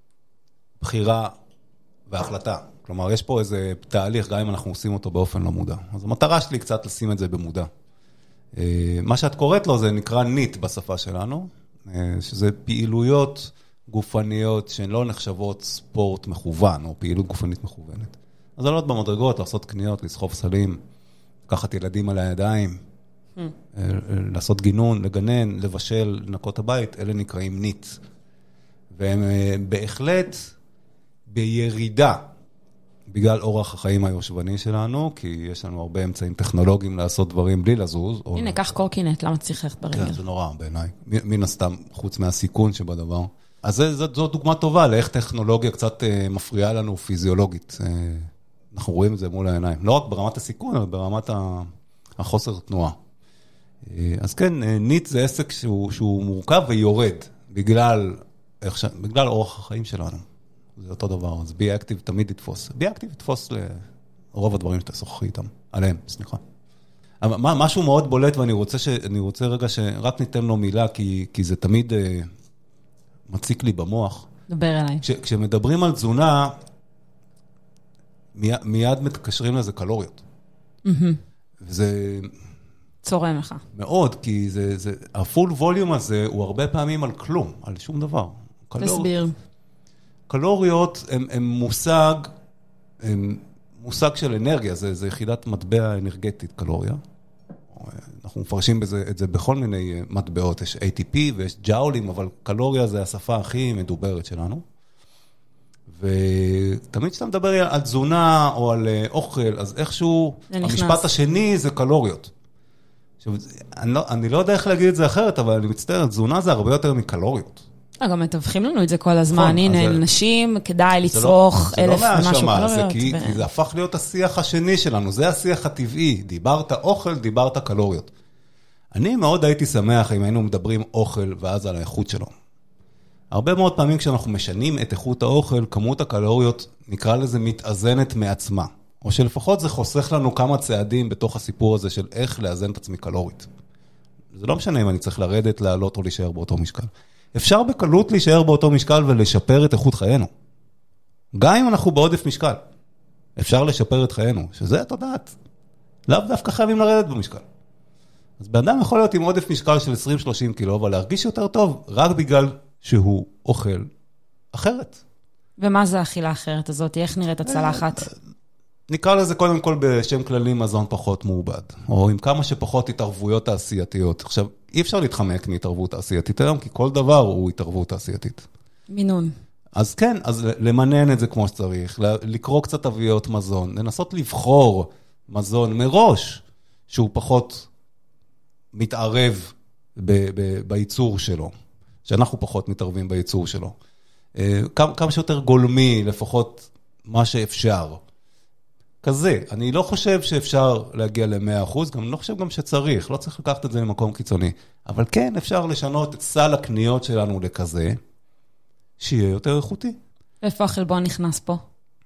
בחירה והחלטה. כלומר, יש פה איזה תהליך, גם אם אנחנו עושים אותו באופן לא מודע. אז המטרה שלי קצת לשים את זה במודע. מה שאת קוראת לו זה נקרא ניט בשפה שלנו, שזה פעילויות גופניות שהן לא נחשבות ספורט מכוון, או פעילות גופנית מכוונת. אז לעלות במדרגות, לעשות קניות, לסחוב סלים, לקחת ילדים על הידיים, hmm. לעשות גינון, לגנן, לבשל, לנקות הבית, אלה נקראים ניט. והם בהחלט בירידה, בגלל אורח החיים היושבני שלנו, כי יש לנו הרבה אמצעים טכנולוגיים לעשות דברים בלי לזוז. הנה, קח קורקינט, למה צריך ללכת ברגל? כן, זה נורא בעיניי. מן הסתם, חוץ מהסיכון שבדבר. אז זו דוגמה טובה לאיך טכנולוגיה קצת מפריעה לנו פיזיולוגית. אנחנו רואים את זה מול העיניים. לא רק ברמת הסיכון, אבל ברמת החוסר תנועה. אז כן, ניט זה עסק שהוא, שהוא מורכב ויורד, בגלל, בגלל אורח החיים שלנו. זה אותו דבר. אז בי אקטיב תמיד יתפוס. בי אקטיב יתפוס לרוב הדברים שאתה שוחחי איתם. עליהם, סליחה. אבל משהו מאוד בולט, ואני רוצה, ש, אני רוצה רגע שרק ניתן לו מילה, כי, כי זה תמיד מציק לי במוח. דבר אליי. כש, כשמדברים על תזונה, מיד, מיד מתקשרים לזה קלוריות. וזה... צורם לך. מאוד, כי זה, זה, הפול ווליום הזה הוא הרבה פעמים על כלום, על שום דבר. תסביר. קלוריות הם, הם מושג, הם מושג של אנרגיה, זה, זה יחידת מטבע אנרגטית, קלוריה. אנחנו מפרשים בזה, את זה בכל מיני מטבעות, יש איי טי פי ויש ג'אולים, אבל קלוריה זה השפה הכי מדוברת שלנו. ותמיד כשאתה מדבר על תזונה או על אוכל, אז איכשהו, המשפט השני זה קלוריות. עכשיו, אני לא, אני לא יודע איך להגיד את זה אחרת, אבל אני מצטער, תזונה זה הרבה יותר מקלוריות. גם מתווכים לנו את זה כל הזמן. הנה, נשים, כדאי לצרוך אלף ומשהו קלוריות. זה כי זה הפך להיות השיח השני שלנו, זה השיח הטבעי. דיברת אוכל, דיברת קלוריות. אני מאוד הייתי שמח אם היינו מדברים אוכל ואז על האיכות שלו. הרבה מאוד פעמים כשאנחנו משנים את איכות האוכל, כמות הקלוריות, נקרא לזה, מתאזנת מעצמה. או שלפחות זה חוסך לנו כמה צעדים בתוך הסיפור הזה של איך לאזן את עצמי קלורית. זה לא משנה אם אני צריך לרדת, לעלות או להישאר באותו משקל. אפשר בקלות להישאר באותו משקל ולשפר את איכות חיינו. גם אם אנחנו בעודף משקל. אפשר לשפר את חיינו, שזה את יודעת. לאו דווקא חייבים לרדת במשקל. אז באדם יכול להיות עם עודף משקל של עשרים שלושים קילו, אבל להרגיש יותר טוב רק בגלל שהוא אוכל אחרת. ומה זה האכילה האחרת הזאת? איך נראית הצלחת? נקרא לזה קודם כל בשם כללי מזון פחות מעובד, או עם כמה שפחות התערבויות תעשייתיות. עכשיו, אי אפשר להתחמק מהתערבות תעשייתית היום, כי כל דבר הוא התערבות תעשייתית. מינון. אז כן, אז למנן את זה כמו שצריך, לקרוא קצת תוויות מזון, לנסות לבחור מזון מראש, שהוא פחות מתערב ב- ב- בייצור שלו, שאנחנו פחות מתערבים בייצור שלו. כמה, כמה שיותר גולמי, לפחות מה שאפשר. כזה, אני לא חושב שאפשר להגיע ל-מאה אחוז, גם לא חושב גם שצריך, לא צריך לקחת את זה למקום קיצוני. אבל כן, אפשר לשנות את סל הקניות שלנו לכזה, שיהיה יותר איכותי. איפה החלבון נכנס פה?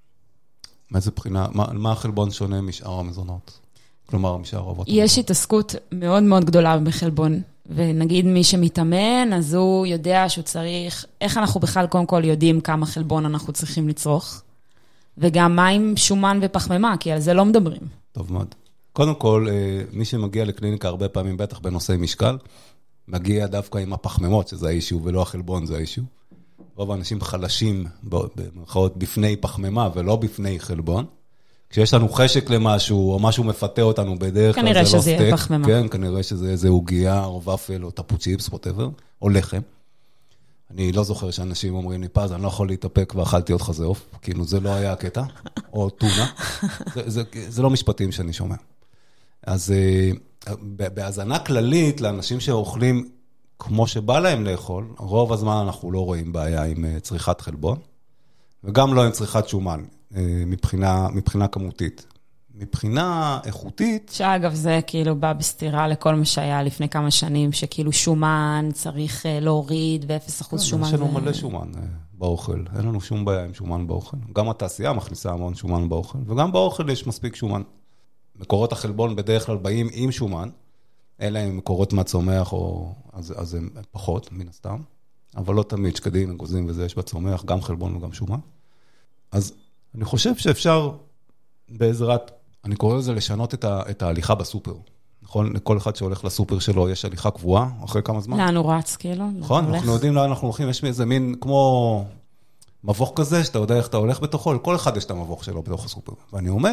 מאיזה בחינה, מה, מה החלבון שונה משאר המזונות? כלומר, משאר אבות. יש התעסקות מאוד מאוד גדולה בחלבון, ונגיד מי שמתאמן, אז הוא יודע שהוא צריך, איך אנחנו בכלל קודם כל יודעים כמה חלבון אנחנו צריכים לצרוך, וגם מה עם שומן ופחמימה, כי על זה לא מדברים. טוב מאוד. קודם כל, מי שמגיע לקליניקה הרבה פעמים, בטח בנושאי משקל, מגיע דווקא עם הפחמימות, שזה האישיו, ולא החלבון, זה האישיו. רוב האנשים חלשים, במרכאות, בפני פחמימה, ולא בפני חלבון. כשיש לנו חשק למשהו, או משהו מפתה אותנו בדרך כלל, כנראה שזה יהיה פחמימה. כן, כנראה שזה איזה עוגיה, או ופל, או טפו צ'יפס, whatever, או לחם. אני לא זוכר שאנשים אומרים לי, פז, אני לא יכול להתאפק ואכלתי עוד חזה עוף, כאילו זה לא היה הקטע, או טונה. זה, זה, זה לא משפטים שאני שומע. אז בהזנה כללית, לאנשים שאוכלים כמו שבא להם לאכול, רוב הזמן אנחנו לא רואים בעיה עם צריכת חלבון, וגם לא עם צריכת שומן, מבחינה, מבחינה כמותית. מבחינה איכותית... שאגב, זה כאילו בא בסתירה לכל מה שהיה לפני כמה שנים, שכאילו שומן צריך להוריד, ואפס אחוז שומן. יש לנו מלא שומן באוכל, אין לנו שום בעיה עם שומן באוכל. גם התעשייה מכניסה המון שומן באוכל, וגם באוכל יש מספיק שומן. מקורות החלבון בדרך כלל באים עם שומן, אלה הם מקורות מהצומח, או... אז, אז הם פחות, מן הסתם, אבל לא תמיד שקדים, אגוזים וזה יש בצומח, גם חלבון וגם שומן. אז אני חושב שאפשר בעזרת... אני קורא לזה לשנות את, ה, את ההליכה בסופר. נכון? לכל אחד שהולך לסופר שלו יש הליכה קבועה, אחרי כמה זמן. לאן הוא רץ, כאילו? נכון, אנחנו יודעים לאן אנחנו הולכים, יש איזה מין כמו מבוך כזה, שאתה יודע איך אתה הולך בתוכו, לכל אחד יש את המבוך שלו בתוך הסופר. ואני אומר,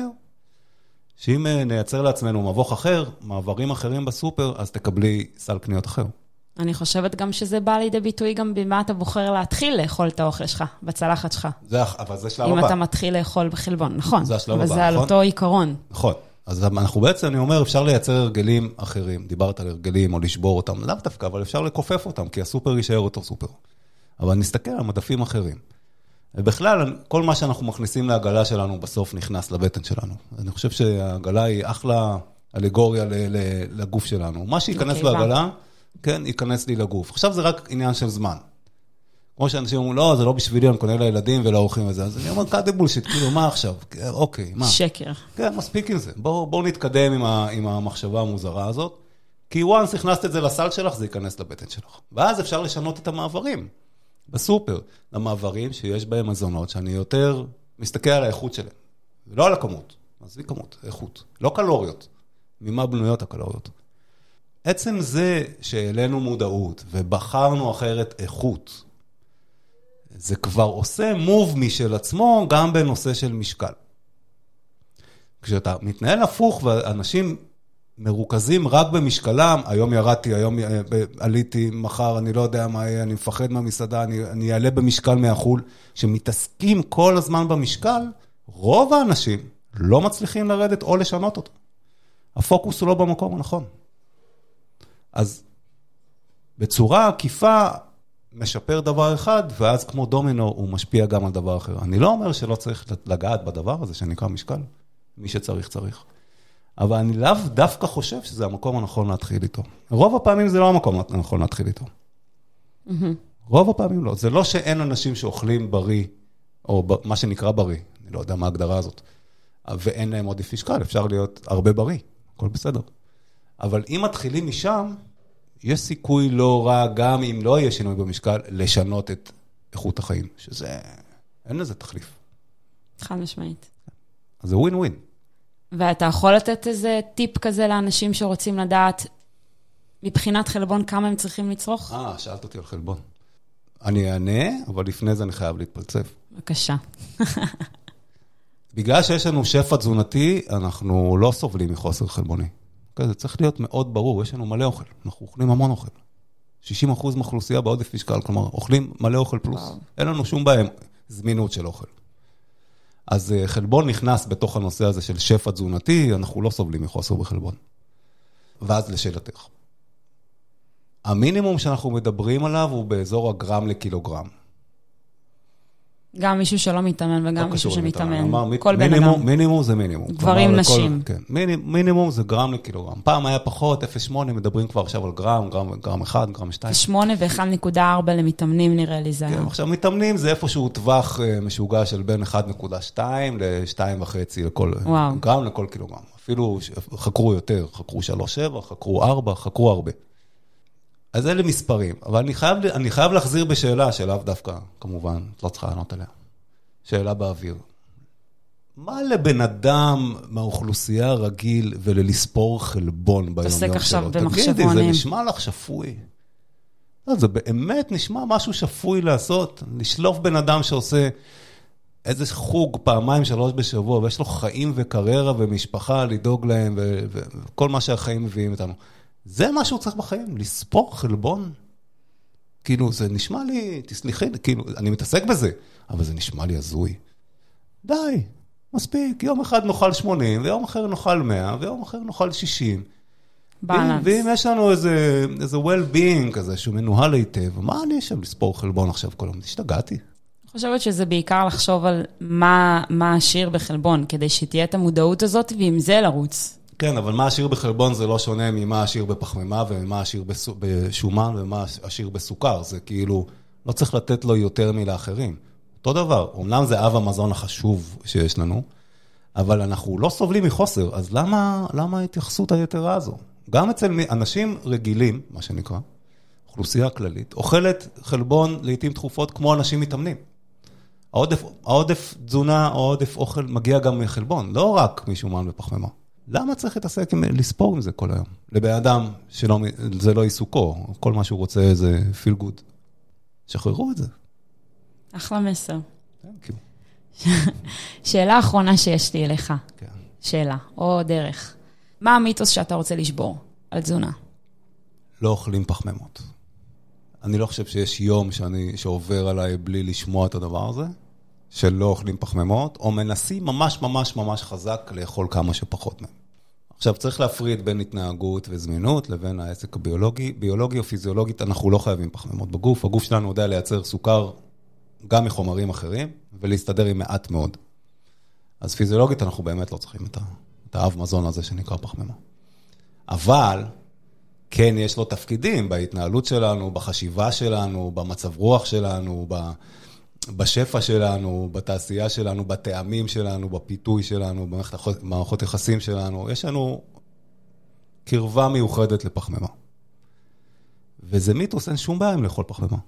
שאם נייצר לעצמנו מבוך אחר, מעברים אחרים בסופר, אז תקבלי סל קניות אחר. אני חושבת גם שזה בא לידי ביטוי גם במה אתה בוחר להתחיל לאכול את האוכל שלך, בצלחת שלך. זה, אבל זה שלב הבא. אם אתה מתחיל לאכול בחלבון, נכון. זה השלב הבא, אבל זה נכון? על אותו עיקרון. נכון. אז אנחנו בעצם, אני אומר, אפשר לייצר הרגלים אחרים. דיברת על הרגלים או לשבור אותם, לאו דווקא, אבל אפשר לקופף אותם, כי הסופר יישאר אותו סופר. אבל נסתכל על מדפים אחרים. ובכלל, כל מה שאנחנו מכניסים לעגלה שלנו, בסוף נכנס לבטן שלנו. אני חושב שהעגלה היא אחלה אלגוריה לגוף שלנו. מה שיכנס לעגלה, כן, ייכנס לי לגוף. עכשיו זה רק עניין של זמן. כמו שאנשים אומרים, לא, זה לא בשבילי, אני קונה לילדים ולאורחים וזה. אז אני אומר, קאדה בולשיט, כאילו, מה עכשיו? אוקיי, מה? שקר. כן, מספיק עם זה. בואו בוא נתקדם עם, ה, עם המחשבה המוזרה הזאת, כי once הכנסת את זה לסל שלך, זה ייכנס לבטן שלך. ואז אפשר לשנות את המעברים. בסופר, למעברים שיש בהם מזונות, שאני יותר מסתכל על האיכות שלהם. ולא על הכמות. עזבי כמות, איכות. לא קלוריות. ממה בנויות הקלוריות? עצם זה שהעלינו מודעות ובחרנו אחרת איכות, זה כבר עושה מוב משל עצמו גם בנושא של משקל. כשאתה מתנהל הפוך ואנשים מרוכזים רק במשקלם, היום ירדתי, היום עליתי, מחר אני לא יודע מה יהיה, אני מפחד מהמסעדה, אני, אני אעלה במשקל מהחול, שמתעסקים כל הזמן במשקל, רוב האנשים לא מצליחים לרדת או לשנות אותו. הפוקוס הוא לא במקום הנכון. אז בצורה עקיפה משפר דבר אחד, ואז כמו דומינו הוא משפיע גם על דבר אחר. אני לא אומר שלא צריך לגעת בדבר הזה שנקרא משקל, מי שצריך צריך. אבל אני לאו דווקא חושב שזה המקום הנכון להתחיל איתו. רוב הפעמים זה לא המקום הנכון להתחיל איתו. רוב הפעמים לא. זה לא שאין אנשים שאוכלים בריא, או מה שנקרא בריא, אני לא יודע מה ההגדרה הזאת, ואין להם עודף משקל, אפשר להיות הרבה בריא, הכל בסדר. אבל אם מתחילים משם, יש סיכוי לא רע, גם אם לא יהיה שינוי במשקל, לשנות את איכות החיים, שזה, אין לזה תחליף. חד משמעית. אז זה ווין ווין. ואתה יכול לתת איזה טיפ כזה לאנשים שרוצים לדעת, מבחינת חלבון, כמה הם צריכים לצרוך? אה, שאלת אותי על חלבון. אני אענה, אבל לפני זה אני חייב להתפלצף. בבקשה. בגלל שיש לנו שפע תזונתי, אנחנו לא סובלים מחוסר חלבוני. זה צריך להיות מאוד ברור, יש לנו מלא אוכל, אנחנו אוכלים המון אוכל. שישים אחוז מאוכלוסייה בעודף משקל, כלומר, אוכלים מלא אוכל פלוס. אין לנו שום בעיה זמינות של אוכל. אז חלבון נכנס בתוך הנושא הזה של שפע תזונתי, אנחנו לא סובלים מחוסר בחלבון. ואז לשאלתך. המינימום שאנחנו מדברים עליו הוא באזור הגרם לקילוגרם. גם מישהו שלא מתאמן וגם מישהו שמתאמן. כל בן אדם. מינימום זה מינימום. גברים, נשים. כן, מינימום זה גרם לקילוגרם. פעם היה פחות, אפס נקודה שמונה, מדברים כבר עכשיו על גרם, גרם אחד, גרם שתיים. שמונה ו-אחד נקודה ארבע למתאמנים נראה לי זה. כן, עכשיו מתאמנים זה איפשהו טווח משוגע של בין אחד נקודה שתיים ל-שתיים וחצי לכל גרם לכל קילוגרם. אפילו חקרו יותר, חקרו שלוש נקודה שבע, חקרו ארבע, חקרו הרבה. אז אלה מספרים, אבל אני חייב, אני חייב להחזיר בשאלה, שאלה דווקא, כמובן, לא צריכה לענות עליה. שאלה באוויר. מה לבן אדם מהאוכלוסייה רגיל וללספור חלבון ביום יום שלו? תעסק עכשיו במחשבונים. תגידי, זה נשמע לך שפוי. לא, זה באמת נשמע משהו שפוי לעשות. לשלוף בן אדם שעושה איזה חוג פעמיים שלוש בשבוע, ויש לו חיים וקריירה ומשפחה לדאוג להם, וכל מה שהחיים מביאים איתנו. זה מה שהוא צריך בחיים, לספור חלבון. כאילו, זה נשמע לי, תסליחי, כאילו, אני מתעסק בזה, אבל זה נשמע לי הזוי. די, מספיק, יום אחד נאכל שמונים, ויום אחר נאכל מאה, ויום אחר נאכל שישים. בלנס. ואם יש לנו איזה, איזה well-being כזה, שהוא מנוהל היטב, מה אני שם לספור חלבון עכשיו כל יום? השתגעתי. אני חושבת שזה בעיקר לחשוב על מה, מה השיר בחלבון, כדי שתהיה את המודעות הזאת, ועם זה לרוץ. כן, אבל מה השיר בחלבון זה לא שונה ממה השיר בפחמימה, ומה השיר בשומן, ומה השיר בסוכר. זה כאילו, לא צריך לתת לו יותר מלאחרים. אותו דבר, אומנם זה אב המזון החשוב שיש לנו, אבל אנחנו לא סובלים מחוסר, אז למה, למה ההתייחסות היתרה הזו? גם אצל אנשים רגילים, מה שנקרא, אוכלוסייה כללית, אוכלת חלבון לעתים תכופות כמו אנשים מתאמנים. העודף, העודף תזונה או העודף אוכל מגיע גם מחלבון, לא רק משומן ופחמימה. למה צריך להתעסק עם לספור עם זה כל היום? לבן אדם שזה לא עיסוקו, כל מה שהוא רוצה זה feel good. שחררו את זה. אחלה מסר. Thank you. שאלה האחרונה שיש לי אליך. כן. שאלה, או דרך. מה המיתוס שאתה רוצה לשבור על תזונה? לא אוכלים פחמימות. אני לא חושב שיש יום שאני, שעובר עליי בלי לשמוע את הדבר הזה, שלא אוכלים פחמימות, או מנסים ממש ממש ממש חזק לאכול כמה שפחות מהם. עכשיו צריך להפריד בין התנהגות וזמינות לבין העסק הביולוגי. ביולוגי או פיזיולוגית אנחנו לא חייבים פחמימות בגוף. הגוף שלנו יודע לייצר סוכר גם מחומרים אחרים, ולהסתדר עם מעט מאוד. אז פיזיולוגית אנחנו באמת לא צריכים את, את האב מזון הזה שנקרא פחמימה. אבל כן יש לו תפקידים בהתנהלות שלנו, בחשיבה שלנו, במצב רוח שלנו, ב... בשפע שלנו, בתעשייה שלנו, בטעמים שלנו, בפיתוי שלנו, במערכות יחסים שלנו, יש לנו קרבה מיוחדת לפחמימה. וזה מיתוס, אין שום בעיה עם לאכול פחמימה.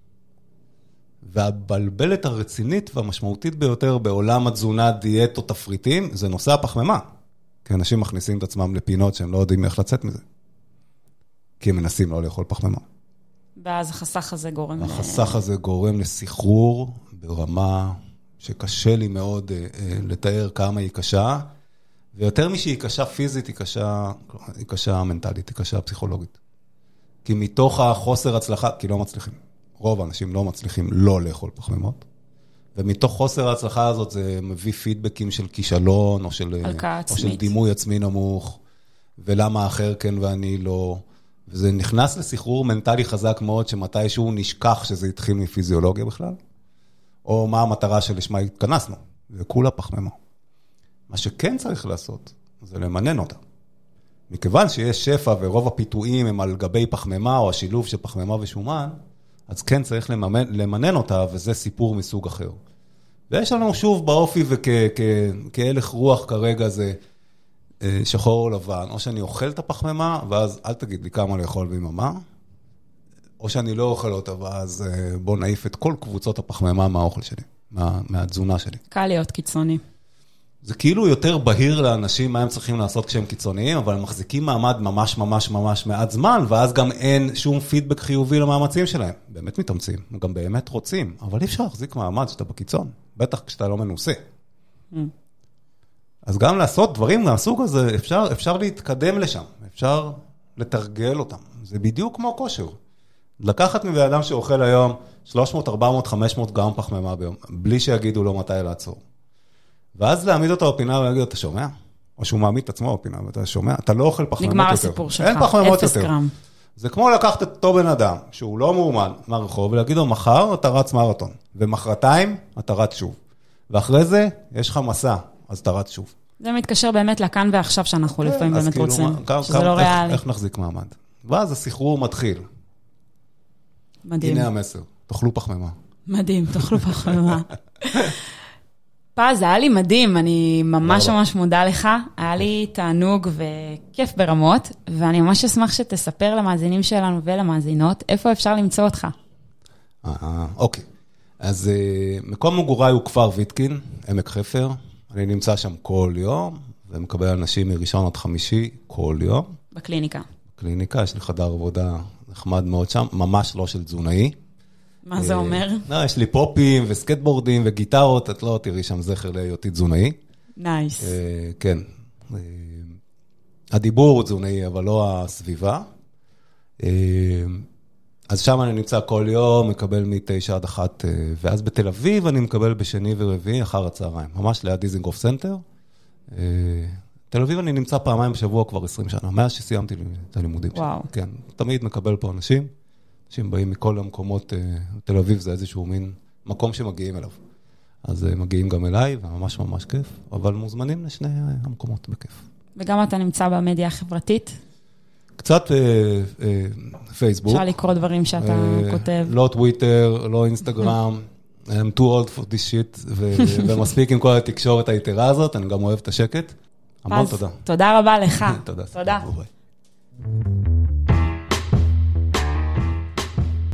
והבלבלת הרצינית והמשמעותית ביותר בעולם התזונה, דיאט או תפריטים, זה נושא הפחמימה. כי אנשים מכניסים את עצמם לפינות שהם לא יודעים איך לצאת מזה. כי הם מנסים לא לאכול פחמימה. ואז החסך הזה גורם... החסך הזה גורם לסחרור ברמה שקשה לי מאוד לתאר כמה היא קשה, ויותר משהיא קשה פיזית, היא קשה, היא קשה מנטלית, היא קשה פסיכולוגית. כי מתוך החוסר הצלחה, כי לא מצליחים. רוב האנשים לא מצליחים לא לאכול פחמימות, ומתוך חוסר ההצלחה הזאת זה מביא פידבקים של כישלון, או של, או של דימוי עצמי נמוך, ולמה האחר כן ואני לא... וזה נכנס לסחרור מנטלי חזק מאוד, שמתישהו נשכח שזה התחיל מפיזיולוגיה בכלל, או מה המטרה שלשמה התכנסנו, זה כולה פחמימה. מה שכן צריך לעשות, זה למנן אותה. מכיוון שיש שפע ורוב הפיתויים הם על גבי פחמימה, או השילוב של פחמימה ושומן, אז כן צריך למנן, למנן אותה, וזה סיפור מסוג אחר. ויש לנו שוב באופי וכהלך רוח כרגע זה, שחור או לבן, או שאני אוכל את הפחמימה, ואז אל תגיד לי כמה לאכול ביממה, או שאני לא אוכל אותה, ואז בוא נעיף את כל קבוצות הפחמימה מהאוכל שלי, מה, מהתזונה שלי. קל להיות קיצוני. זה כאילו יותר בהיר לאנשים מה הם צריכים לעשות כשהם קיצוניים, אבל הם מחזיקים מעמד ממש ממש ממש מעט זמן, ואז גם אין שום פידבק חיובי למאמצים שלהם. באמת מתאמצים, גם באמת רוצים, אבל אי אפשר להחזיק מעמד שאתה בקיצון, בטח כשאתה לא מנוסה. Mm. אז גם לעשות דברים מהסוג הזה, אפשר, אפשר להתקדם לשם, אפשר לתרגל אותם. זה בדיוק כמו כושר. לקחת מבן אדם שאוכל היום שלוש מאות, ארבע מאות, חמש מאות גרם פחמימה ביום, בלי שיגידו לו מתי לעצור. ואז להעמיד אותו בפינה ולהגיד, אתה שומע? או שהוא מעמיד את עצמו בפינה, ואתה שומע? אתה לא אוכל פחמימות יותר. נגמר הסיפור שלך, אין פחמימות אפס יותר. גרם. זה כמו לקחת את אותו בן אדם, שהוא לא מאומן מהרחוב, ולהגיד לו, מחר אתה רץ מרתון, ומחרתיים אתה רץ שוב. ואחרי זה, יש לך מסע, אז אתה רץ שוב. זה מתקשר באמת לכאן ועכשיו שאנחנו לפעמים באמת רוצים, שזה לא ריאלי. איך נחזיק מעמד? ואז הסחרור מתחיל. מדהים. הנה המסר, תאכלו פחמימה. מדהים, תאכלו פחמימה. פז, היה לי מדהים, אני ממש ממש מודה לך, היה לי תענוג וכיף ברמות, ואני ממש אשמח שתספר למאזינים שלנו ולמאזינות, איפה אפשר למצוא אותך. אוקיי, אז מקום מגוריי הוא כפר ויטקין, עמק חפר, אני נמצא שם כל יום, ומקבל אנשים מראשון עד חמישי כל יום. בקליניקה. בקליניקה, יש לי חדר עבודה נחמד מאוד שם, ממש לא של תזונאי. מה זה אומר? לא, יש לי פופים וסקטבורדים וגיטרות, את לא תראי שם זכר להיותי תזונאי. נייס. כן. הדיבור הוא תזונאי, אבל לא הסביבה. אז שם אני נמצא כל יום, מקבל מתשע עד אחת, ואז בתל אביב אני מקבל בשני ורביעי אחר הצהריים, ממש ליד דיזינגוף סנטר. תל אביב אני נמצא פעמיים בשבוע כבר עשרים שנה, מאז שסיימתי את הלימודים שלי. וואו. כן, תמיד מקבל פה אנשים. אנשים באים מכל המקומות, תל אביב זה איזשהו מין מקום שמגיעים אליו. אז מגיעים גם אליי, וממש ממש כיף, אבל מוזמנים לשני המקומות בכיף. וגם אתה נמצא במדיה החברתית? קצת פייסבוק. אפשר לקרוא דברים שאתה כותב. לא טוויטר, לא אינסטגרם. I'm too old for this shit, ומספיק עם כל התקשורת היתרה הזאת, אני גם אוהב את השקט. המון תודה. תודה רבה לך. תודה. תודה.